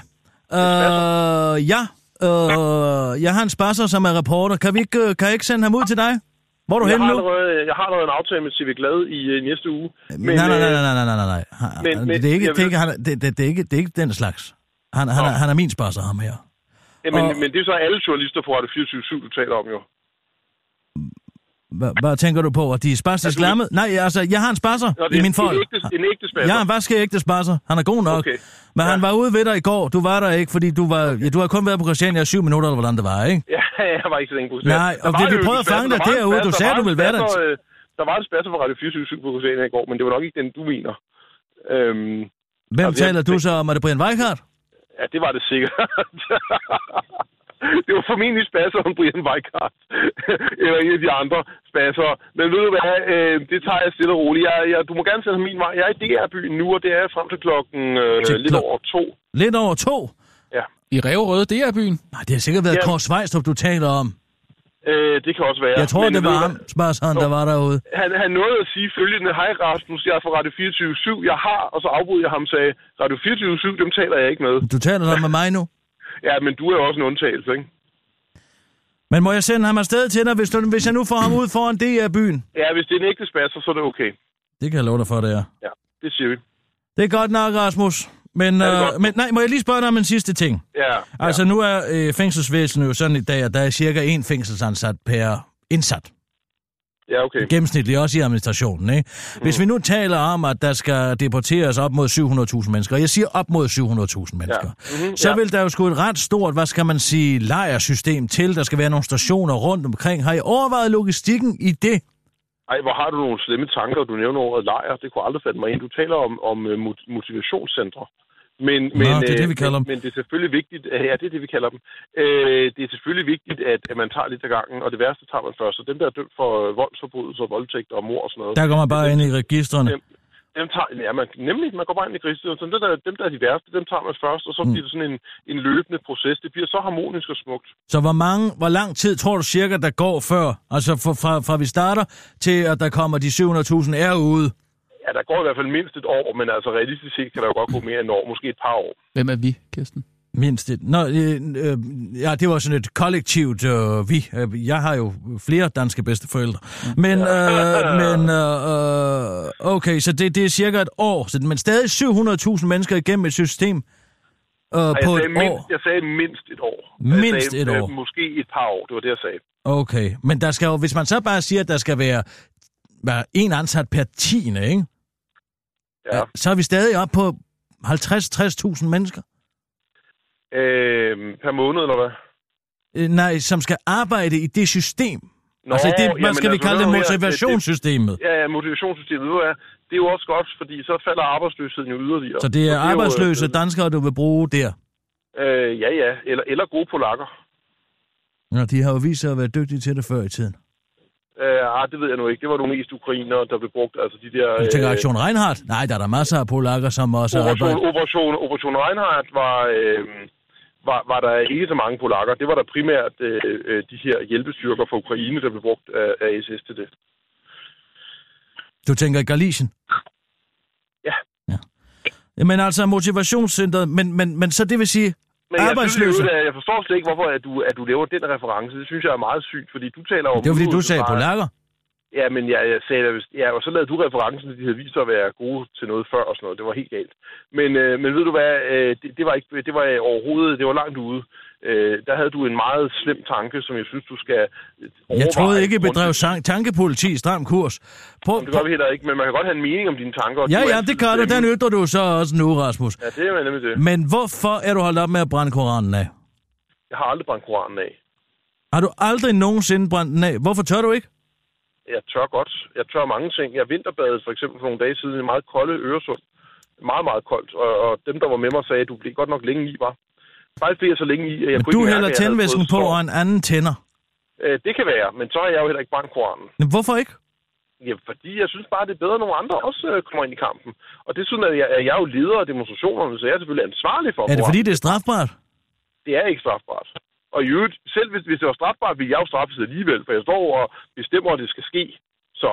Jeg har en spørgsmål, som er reporter. Kan jeg ikke sende ham ud til dig? Hvor er du henne nu? Jeg har allerede en aftale med CV Glad i næste uge. Men, nej. Det er ikke den slags. Han er min spørgsmål, ham her. Ja, men det er så alle journalister på Radio 24/7, du taler om jo. Hvad tænker du på? At de er spastisk lammet? Nej, altså, jeg har en spasser i min folk. En ægte spasser? Ja, en vaskeægte spasser. Han er god nok. Okay. Men han var ude ved dig i går. Du var der ikke, fordi du har kun været på Christiania i 7 minutter, eller hvordan det var, ikke? Ja, jeg var ikke så længe på Christiania. Nej, og vi prøvede at fange dig derude. Du sagde, du ville være der. Der var en spasser fra Radio 24/7 på Christiania i går, men det var nok ikke den, du mener. Hvem taler du så om? Er det Brian Weikart? Ja, det var det sikkert. Det var formentlig spasseren Brian Weikart, eller en af de andre spassere. Men ved du hvad, det tager jeg stille og roligt. Du må gerne sende min vej. Jeg er i DR-byen nu, og det er frem til klokken lidt over 2. Lidt over 2? Ja. I Ræverøde, DR-byen? Nej, det har sikkert været Kåre Svejstrup, du taler om. Det kan også være. Jeg tror, det var ham, spørgsmålet, der var derude. Han nåede at sige følgende: hej Rasmus, jeg er fra Radio 24/7. Jeg har, og så afbrød jeg ham og sagde, Radio 24/7, dem taler jeg ikke med. Du taler der med mig nu? Ja, men du er jo også en undtagelse, ikke? Men må jeg sende ham afsted til dig, hvis jeg nu får ham ud foran DR-byen? Ja, hvis det er en ægte spasser, så er det okay. Det kan jeg love dig for, det er. Ja, det siger vi. Det er godt nok, Rasmus. Men nej, må jeg lige spørge dig om en sidste ting? Ja. Altså, nu er fængselsvæsenet jo sådan i dag, at der er cirka 1 fængselsansat per indsat. Ja, okay. Gennemsnitligt også i administrationen, ikke? Hvis vi nu taler om, at der skal deporteres op mod 700.000 mennesker, og jeg siger op mod 700.000 mennesker, så vil der jo sgu et ret stort, hvad skal man sige, lejrsystem til. Der skal være nogle stationer rundt omkring. Har I overvejet logistikken i det? Ej, hvor har du nogle slemme tanker, du nævner ordet lejr. Det kunne aldrig falde mig ind. Du taler om motivationscentre. Men det er det, vi kalder dem. Men det er selvfølgelig vigtigt, ja, det er det, vi kalder dem. Det er selvfølgelig vigtigt, at man tager lidt af gangen, og det værste tager man først. Så dem, der er dømt for voldsforbrydelser, voldtægt og mord og sådan noget. Der går man bare ind i registrene. Dem tager, ja, man går bare ind i registrene. Så dem, der er de værste, dem tager man først, og så bliver det sådan en løbende proces. Det bliver så harmonisk og smukt. Så hvor lang tid tror du cirka, der går før? Altså fra vi starter til, at der kommer de 700.000 er ude? Ja, der går i hvert fald mindst et år, men altså realistisk set kan der jo godt gå mere end et år, måske et par år. Hvem er vi, Kirsten? Mindst et. Ja, det var sådan et kollektivt vi. Jeg har jo flere danske bedsteforældre. Men okay, så det er cirka et år. Men stadig 700.000 mennesker igennem et system på et år. Jeg sagde mindst et år. Mindst et år. Måske et par år, det var det, jeg sagde. Okay, men der skal jo, hvis man så bare siger, at der skal være en ansat per 10, ikke? Ja. Så er vi stadig oppe på 50-60.000 mennesker. Per måned, eller hvad? Nej, som skal arbejde i det system. Nå, altså det, hvad skal vi kalde det, motivationssystemet? Ja, motivationssystemet. Det er jo også godt, fordi så falder arbejdsløsheden jo yderligere. Så det er arbejdsløse danskere, du vil bruge der? Ja. Eller gode polakker. Ja, de har jo vist sig at være dygtige til det før i tiden. Det ved jeg nu ikke. Det var nogle mest ukrainere, der blev brugt. Altså de der... Du tænker Aktion Reinhardt? Nej, der er der masser af polakker, som også arbejder. Operation Reinhardt var der ikke så mange polakker. Det var der primært de her hjælpestyrker fra Ukraine, der blev brugt af SS til det. Du tænker Galicien? Ja. Men altså motivationscentret, men så det vil sige... Men jeg forstår slet ikke, hvorfor at du laver den reference. Det synes jeg er meget sygt, fordi du taler om... Det var fordi, du sagde polakker. Ja, men jeg sagde, og så lavede du referencen, at de havde vist sig at være gode til noget før og sådan noget. Det var helt galt. Men ved du hvad, det var overhovedet, det var langt ude. Der havde du en meget slem tanke, som jeg synes, du skal overveje. Jeg troede ikke, I bedrev tankepoliti i stram kurs. Det gør vi heller ikke, men man kan godt have en mening om dine tanker. Ja, det gør du. Den ytrer du så også nu, Rasmus. Ja, det er nemlig det. Men hvorfor er du holdt op med at brænde Koranen af? Jeg har aldrig brændt Koranen af. Har du aldrig nogensinde brændt den af? Hvorfor tør du ikke? Jeg tør godt. Jeg tør mange ting. Jeg vinterbadede for eksempel for nogle dage siden i meget kolde Øresund. Meget, meget koldt. Og dem, der var med mig, sagde, at du blev godt nok længe i, var. Faktisk blev jeg så længe i, at jeg kunne du hælder tændvæsken på og en anden tænder? Det kan være, men så har jeg jo heller ikke brændt Koranen. Men hvorfor ikke? Ja, fordi jeg synes bare, det er bedre, at nogle andre også kommer ind i kampen. Og det er sådan, at jeg er jo leder af demonstrationerne, så jeg er selvfølgelig ansvarlig for. Er det fordi, det er strafbart? Det er ikke strafbart. Og i øvrigt, selv hvis det var strafbart, ville jeg jo straffes alligevel, for jeg står og bestemmer, at det skal ske. Så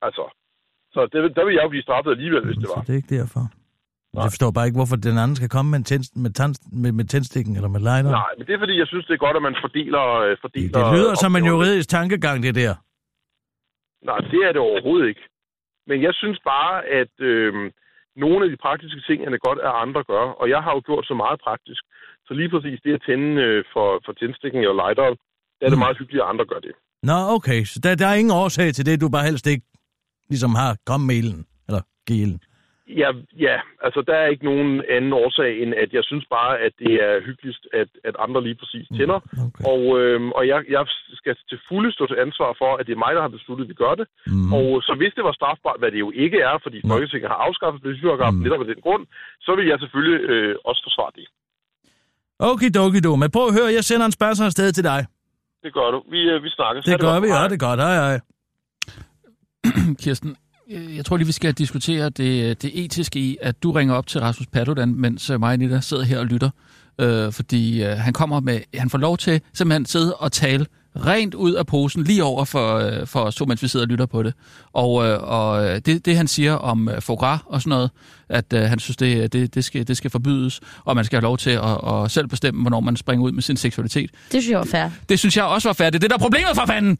der vil jeg jo blive straffet alligevel, hvis det var. Det er ikke derfor. Nej. Jeg forstår bare ikke, hvorfor den anden skal komme med tændstikken eller med lighter. Nej, men det er fordi, jeg synes, det er godt, at man fordeler... Det lyder som en juridisk tankegang, det der. Nej, det er det overhovedet ikke. Men jeg synes bare, at nogle af de praktiske ting er det godt, at andre gør. Og jeg har jo gjort så meget praktisk. Så lige præcis det at tænde for tændstikken eller lighteren, der er det meget hyggeligt, at andre gør det. Nå, okay. Så der er ingen årsag til det, du bare helst ikke ligesom har kommet med ilden, eller givet. Ja, altså der er ikke nogen anden årsag, end at jeg synes bare, at det er hyggeligst, at andre lige præcis tænder. Okay. Og jeg skal til fulde stå til ansvar for, at det er mig, der har besluttet, at vi gør det. Og så hvis det var strafbart, hvad det jo ikke er, fordi Folketinget har afskaffet besøgerappen netop af den grund, så vil jeg selvfølgelig også forsvare det. Okidokido. Men prøv at høre, jeg sender en spørgsmål afsted til dig. Det gør du. Vi snakkes. Det gør vi, ja, det er godt. Hej. Kirsten, jeg tror lige, vi skal diskutere det etiske i, at du ringer op til Rasmus Paludan, mens mig og Nita sidder her og lytter. Fordi han får lov til simpelthen at sidde og tale rent ud af posen lige over for os to, mens vi sidder og lytter på det. Og det han siger om foie gras og sådan noget, at han synes, det skal forbydes, og man skal have lov til at selv bestemme, hvornår man springer ud med sin seksualitet. Det synes jeg var fair. Det synes jeg også var fair. Det er det, der er problemet for fanden!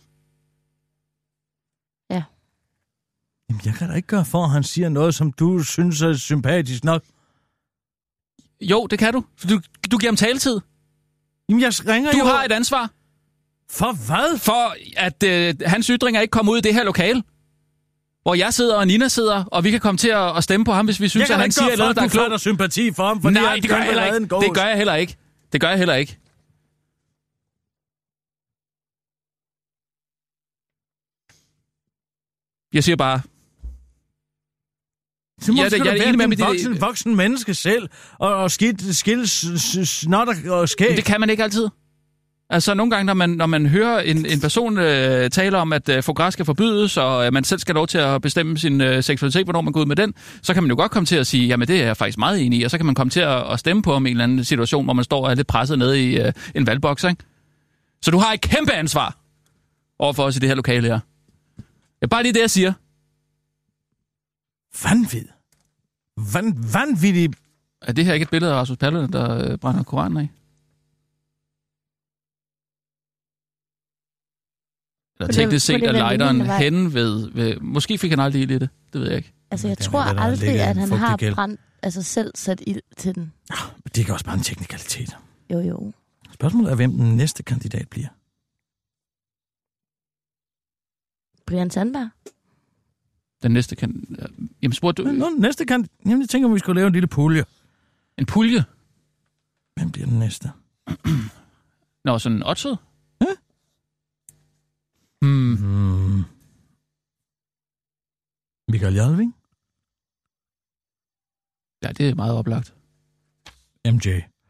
Ja. Jamen, jeg kan da ikke gøre for, at han siger noget, som du synes er sympatisk nok. Jo, det kan du. For du giver ham taletid. Jamen, jeg ringer Du jo... har et ansvar. For hvad? For at hans ytringer ikke kommer ud i det her lokale. Hvor jeg sidder og Nina sidder, og vi kan komme til at stemme på ham, hvis vi synes, at han siger noget, der er klogt. Jeg kan ikke gøre for, at du sympati for ham, fordi nej, det gør jeg heller ikke. Det gør jeg heller ikke. Det gør jeg heller ikke. Jeg siger bare... Så må du være en voksen menneske selv, og skille snot og skæg. Men det kan man ikke altid. Altså nogle gange, når man hører en person tale om, at foie gras skal forbydes, og man selv skal have lov til at bestemme sin seksualitet, hvornår man går ud med den, så kan man jo godt komme til at sige, jamen det er jeg faktisk meget enig i, og så kan man komme til at stemme på om en eller anden situation, hvor man står og er lidt presset nede i en valgboks, ikke? Så du har et kæmpe ansvar overfor os i det her lokale her. Det er bare lige det, jeg siger. Vanvittigt. Er det her ikke et billede af Rasmus Paludan, der brænder Koranen af? Eller teknisk set er lighteren henne ved... Måske fik han aldrig ild i det. Det ved jeg ikke. Altså, jeg tror aldrig, at han har brændt, altså selv sat ild til den. Det er også bare en teknikalitet. Jo. Spørgsmålet er, hvem den næste kandidat bliver. Brian Sandberg. Den næste Jamen, spurgte du... Næste Jamen, jeg tænker, om vi skulle lave en lille pulje. En pulje? Hvem bliver den næste? Nå, sådan en oddsød? Ja. Michael Jalving? Ja, det er meget oplagt. MJ?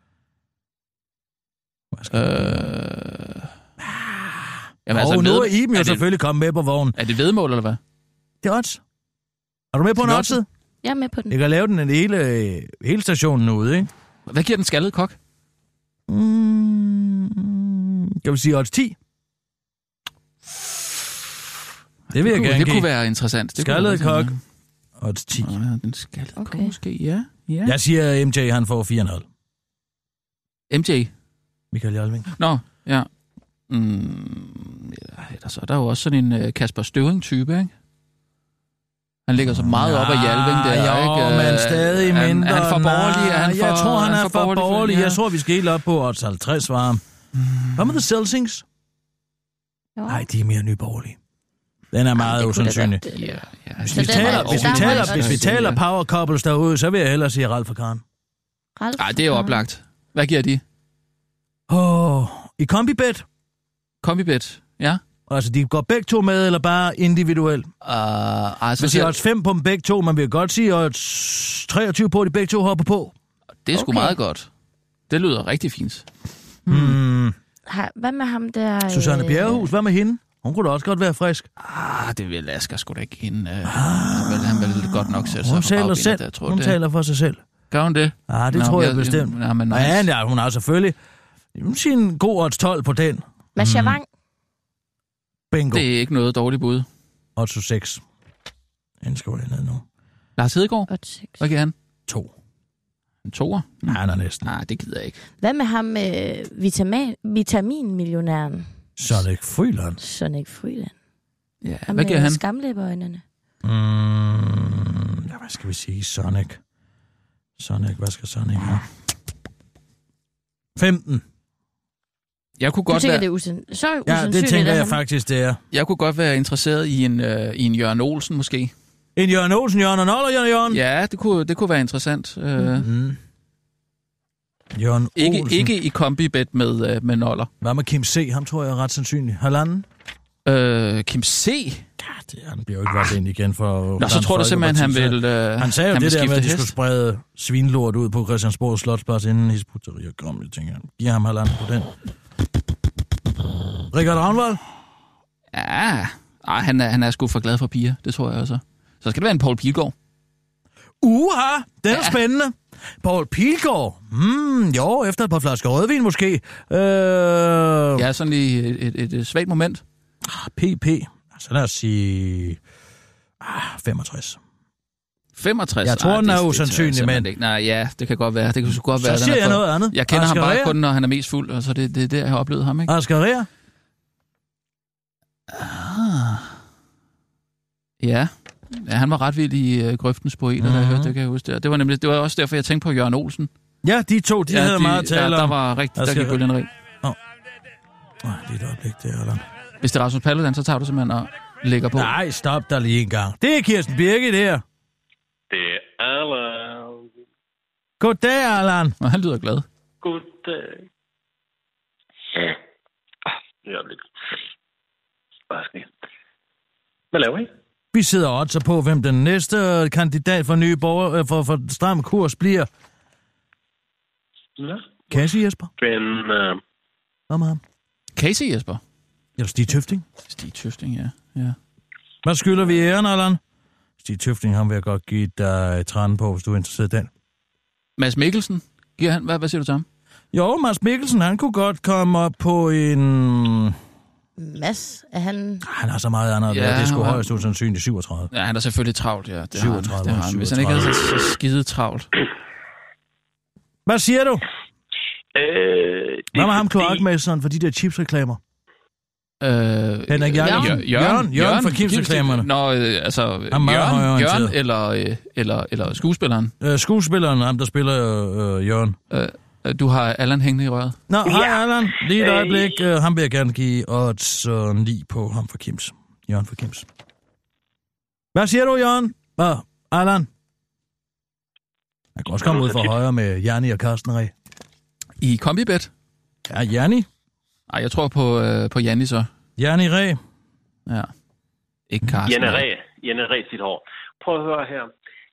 Jamen, altså, nu er Iben jo selvfølgelig kommet med på vognen. Er det vedmål, eller hvad? Det er odds. Er du med på en odds? Jeg er med på den. Jeg kan lave den hele stationen ude, ikke? Hvad giver den skaldede kok? Jeg vil sige odds 10. Det vil jeg gerne give. Det kunne være interessant. Skaldede kok. Odds 10. Ja, den skaldede kok måske, ja. Jeg siger, MJ han får 4,5. MJ? Michael Jalving. Nå, ja. Så er der jo også sådan en Kasper Støvring-type, ikke? Han ligger så meget op af Jalving der, ikke? Men stadig mindre. Er han for borgerlig? Jeg tror, han er for borgerlig. Jeg tror, vi skal helt op på odds 50 varme. Hvad med The Celsings? Nej, de er mere nyborgerlige. Den er meget usandsynlig. Hvis vi taler power couples derude, så vil jeg hellere sige Ralf og Karen. Nej, det er jo oplagt. Hvad giver de? I kombibet. Kombibet, ja. Altså, de går begge to med, eller bare individuelt? Hvis de har odds 5 på dem begge to, man vil godt sige odds 23 på, de begge to hopper på. Det er sgu meget godt. Det lyder rigtig fint. Hvad med ham der... Susanne Bjerrehus, hvad med hende? Hun kunne da også godt være frisk. Det vil Asger sgu da ikke hende. Han vil godt nok sætte sig for bagbenet. Hun taler for sig selv. Gør hun det? Det tror jeg bestemt. Ja, hun har selvfølgelig sin god odds 12 på den. Masha Wang. Bingo. Det er ikke noget dårligt bud. Odds 6. Den skal jeg ned nu. Lars Hedegaard? Hvad giver han? 2. En 2'er? Nej, han er næsten. Nej, det gider jeg ikke. Hvad med ham med vitaminmillionæren? Sonic Frøland. Ja, hvad giver han? Skamlæbeøjnene. Hvad skal vi sige? Sonic, hvad skal Sonic have? 15. Jeg kunne godt være... det er usandsynligt. Ja, det tænker jeg faktisk, det er. Jeg kunne godt være interesseret i en Jørgen Olsen, måske. En Jørgen Olsen, Jørgen og Noller, Jørgen? Ja, det kunne være interessant. Jørgen Olsen. Ikke i kombibet med Noller. Hvad med Kim C? Ham tror jeg er ret sandsynlig. Halvanden? Kim C? Ja, Han bliver jo ikke valgt ind igen for... Nå, så tror du simpelthen, han vil han sagde jo han det der med, at de hest. skulle sprede svinlort ud på Christiansborg Slotsplads inden Hizb ut-Tahrir kom. Jeg tænker, giver ham halvanden på den. Richard Ravnvold? Ja, han er sgu for glad for piger, det tror jeg også. Så skal det være en Poul Pilgaard. Den er spændende. Poul Pilgaard? Jo, efter et par flasker rødvin måske. Ja, sådan lige et svagt moment. PP. Så lad os sige... 65. 65? Jeg tror, den er usandsynlig, men... Nej, ja, det kan godt være. Det kan sgu godt være. Så siger jeg noget andet. Jeg kender ham bare kun, når han er mest fuld, og så det er der, jeg har oplevet ham, ikke? Asger Rea? Ja, han var ret vild i grøftens poeter, da jeg hørte det, kan jeg huske det. Det var også derfor, jeg tænkte på Jørgen Olsen. Ja, de to, de havde meget at tale om. Der var rigtig, der gik bølgen rig. Lige et øjeblik, det er der. Hvis det er Rasmus Paludan, så tager du simpelthen og lægger på. Nej, stop dig lige en gang. Det er Kirsten Birgit her. Det er Allan. Goddag, Allan. Og han lyder glad. Goddag. Hvad laver I? Vi sidder og oddser på, hvem den næste kandidat for nye borger for stram kurs bliver. Ja. Casey Jesper. Hvad med ham? Casey Jesper? Eller Stig Tøfting. Stig Tøfting, ja. Hvad skylder vi æren, Allan? Stig Tøfting, ham vil jeg godt give dig 13 på, hvis du er interesseret i den. Mads Mikkelsen? Giver han? Hvad siger du til ham? Jo, Mads Mikkelsen, han kunne godt komme op på en... Mads, er han... Han har så meget andet, det er sgu højst usandsynligt 37. Ja, han er selvfølgelig travlt, ja. Det 37, har han. Hvis han ikke havde så skide travlt. Hvad siger du? Hvad med ham kloakmesteren for de der chipsreklamer? Henrik Jørgen for Kims-reklamerne. Nå, altså Jørgen eller skuespilleren? Skuespilleren, ham der spiller Jørgen. Du har Allan hængende i røret. Nå, hej Allan. Lige et øjeblik. Ham vil jeg gerne give odds 9 på ham for Kims. Jørgen for Kims. Hvad siger du, Jørgen? Allan? Jeg kan også komme ud for højre med Janni og Carsten Reh. I kombibet? Ja, Janni. Ej, jeg tror på Janni så. Janni Reh. Ja. Ikke Carsten. Janni Reh sit hår. Prøv at høre her.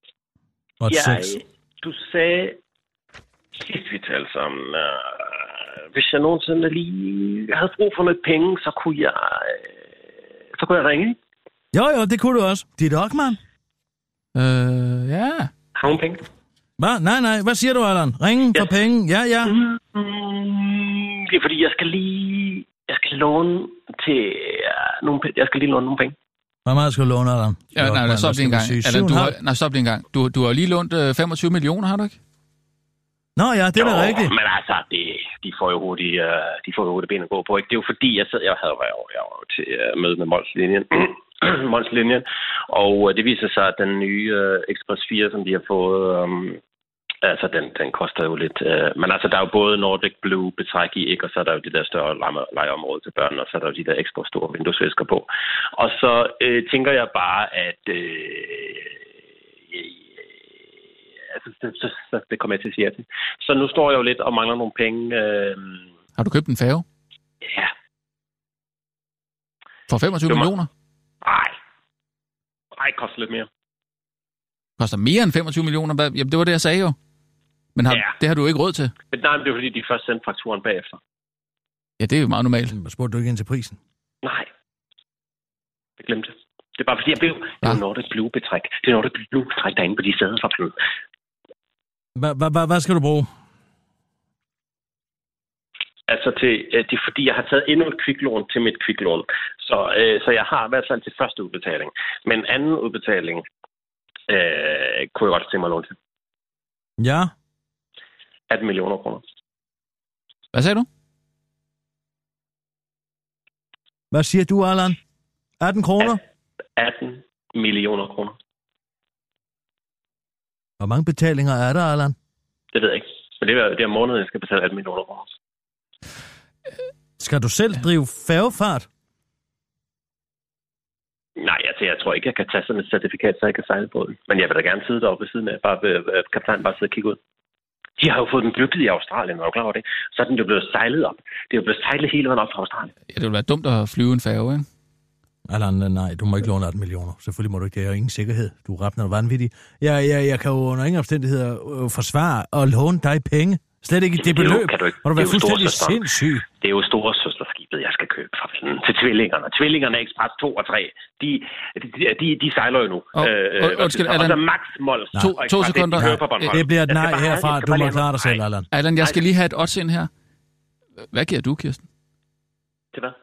Du sagde, sidst vi talte sammen, hvis jeg nogensinde lige havde brug for noget penge, så kunne jeg ringe. Jo, det kunne du også. Dit Ockmann. Ja. Har du penge? Hvad? Nej. Hvad siger du, Allan? Ringen for penge? Ja. Det er fordi, jeg skal låne til jeg skal lige låne nogle penge. Hvor meget skal du låne, Allan? Ja, nej, stop lige en gang. Stop lige en gang. Du har lige lånt 25 millioner, har du ikke? Nå ja, det er da rigtigt. Men altså, de får jo hurtigt ben at gå på, ikke? Det er jo fordi, jeg var jo til møde med Molslinjen, og det viser sig, at den nye Express 4, som de har fået, altså den koster jo lidt. Men altså, der er jo både Nordic Blue betræk i, ikke? Og så er der jo det der større legeområde til børn, og så er der jo de der ekstra store vinduesvisker på. Og så tænker jeg bare, at så det kommer jeg til at sige til. Så nu står jeg jo lidt og mangler nogle penge. Har du købt en færge? Ja. For 25 millioner? Nej, det koster lidt mere. Koster mere end 25 millioner? Jamen, det var det, jeg sagde jo. Men det har du ikke råd til? Men nej, det er fordi, de først sendte fakturen bagefter. Ja, det er jo meget normalt. Spurgte du ikke ind til prisen? Nej. Jeg glemte det. Det er bare fordi, det er Nordic Blue-betræk. Det er Nordic Blue-betræk derinde på de sæder fra flyet. Hvad skal du bruge? Altså, det er fordi, jeg har taget endnu et kviklån til mit kviklån. Så jeg har i hvert fald til første udbetaling. Men anden udbetaling kunne jeg godt tænke mig låne til. Ja. 18 millioner kroner. Hvad sagde du? Hvad siger du, Allan? 18 kroner? 18 millioner kroner. Hvor mange betalinger er der, Allan? Det ved jeg ikke. Men det er måneden, jeg skal betale 18 millioner kroner. Skal du selv drive færgefart? Nej, jeg tror ikke, jeg kan tage sådan et certifikat, så jeg kan sejle båden. Men jeg vil da gerne sidde deroppe ved siden af. Kaptajnen bare sidde og kigge ud. De har jo fået den bygget i Australien, er du klar over det? Så er den jo blevet sejlet op. Det er jo blevet sejlet hele vejen op fra Australien. Ja, det ville være dumt at flyve en færge, ikke? Allan, nej, du må ikke låne 18 millioner. Selvfølgelig må du ikke. Det er jo ingen sikkerhed. Du er rappende og vanvittig. Jeg kan jo under ingen omstændigheder forsvare og låne dig penge. Slet ikke det beløb. Må du være fuldstændig sindssyg. Det er jo store søsterskibet, jeg skal købe fra fanden. Til tvillingerne. Tvillingerne Express 2 og 3. De sejler jo nu. Undskyld, Allan. Og så Max Mols. 2 sekunder. Det bliver et nej herfra. Du må klare dig selv, Allan. Allan, jeg skal lige have et odds ind her. Hvad giver du, Kirsten? Til hvad?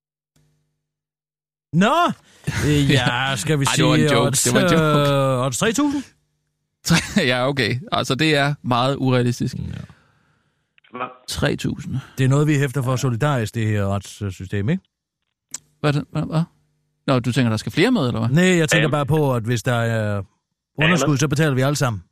Nå! Ja, skal vi sige... Det var en joke. Odds 3.000? Ja, okay. Altså, det er meget urealistisk. Ja. 3.000. Det er noget, vi hæfter for solidarisk, det her retssystem, ikke? Hvad? Nå, du tænker, der skal flere med, eller hvad? Nej, jeg tænker bare på, at hvis der er underskud, så betaler vi alle sammen.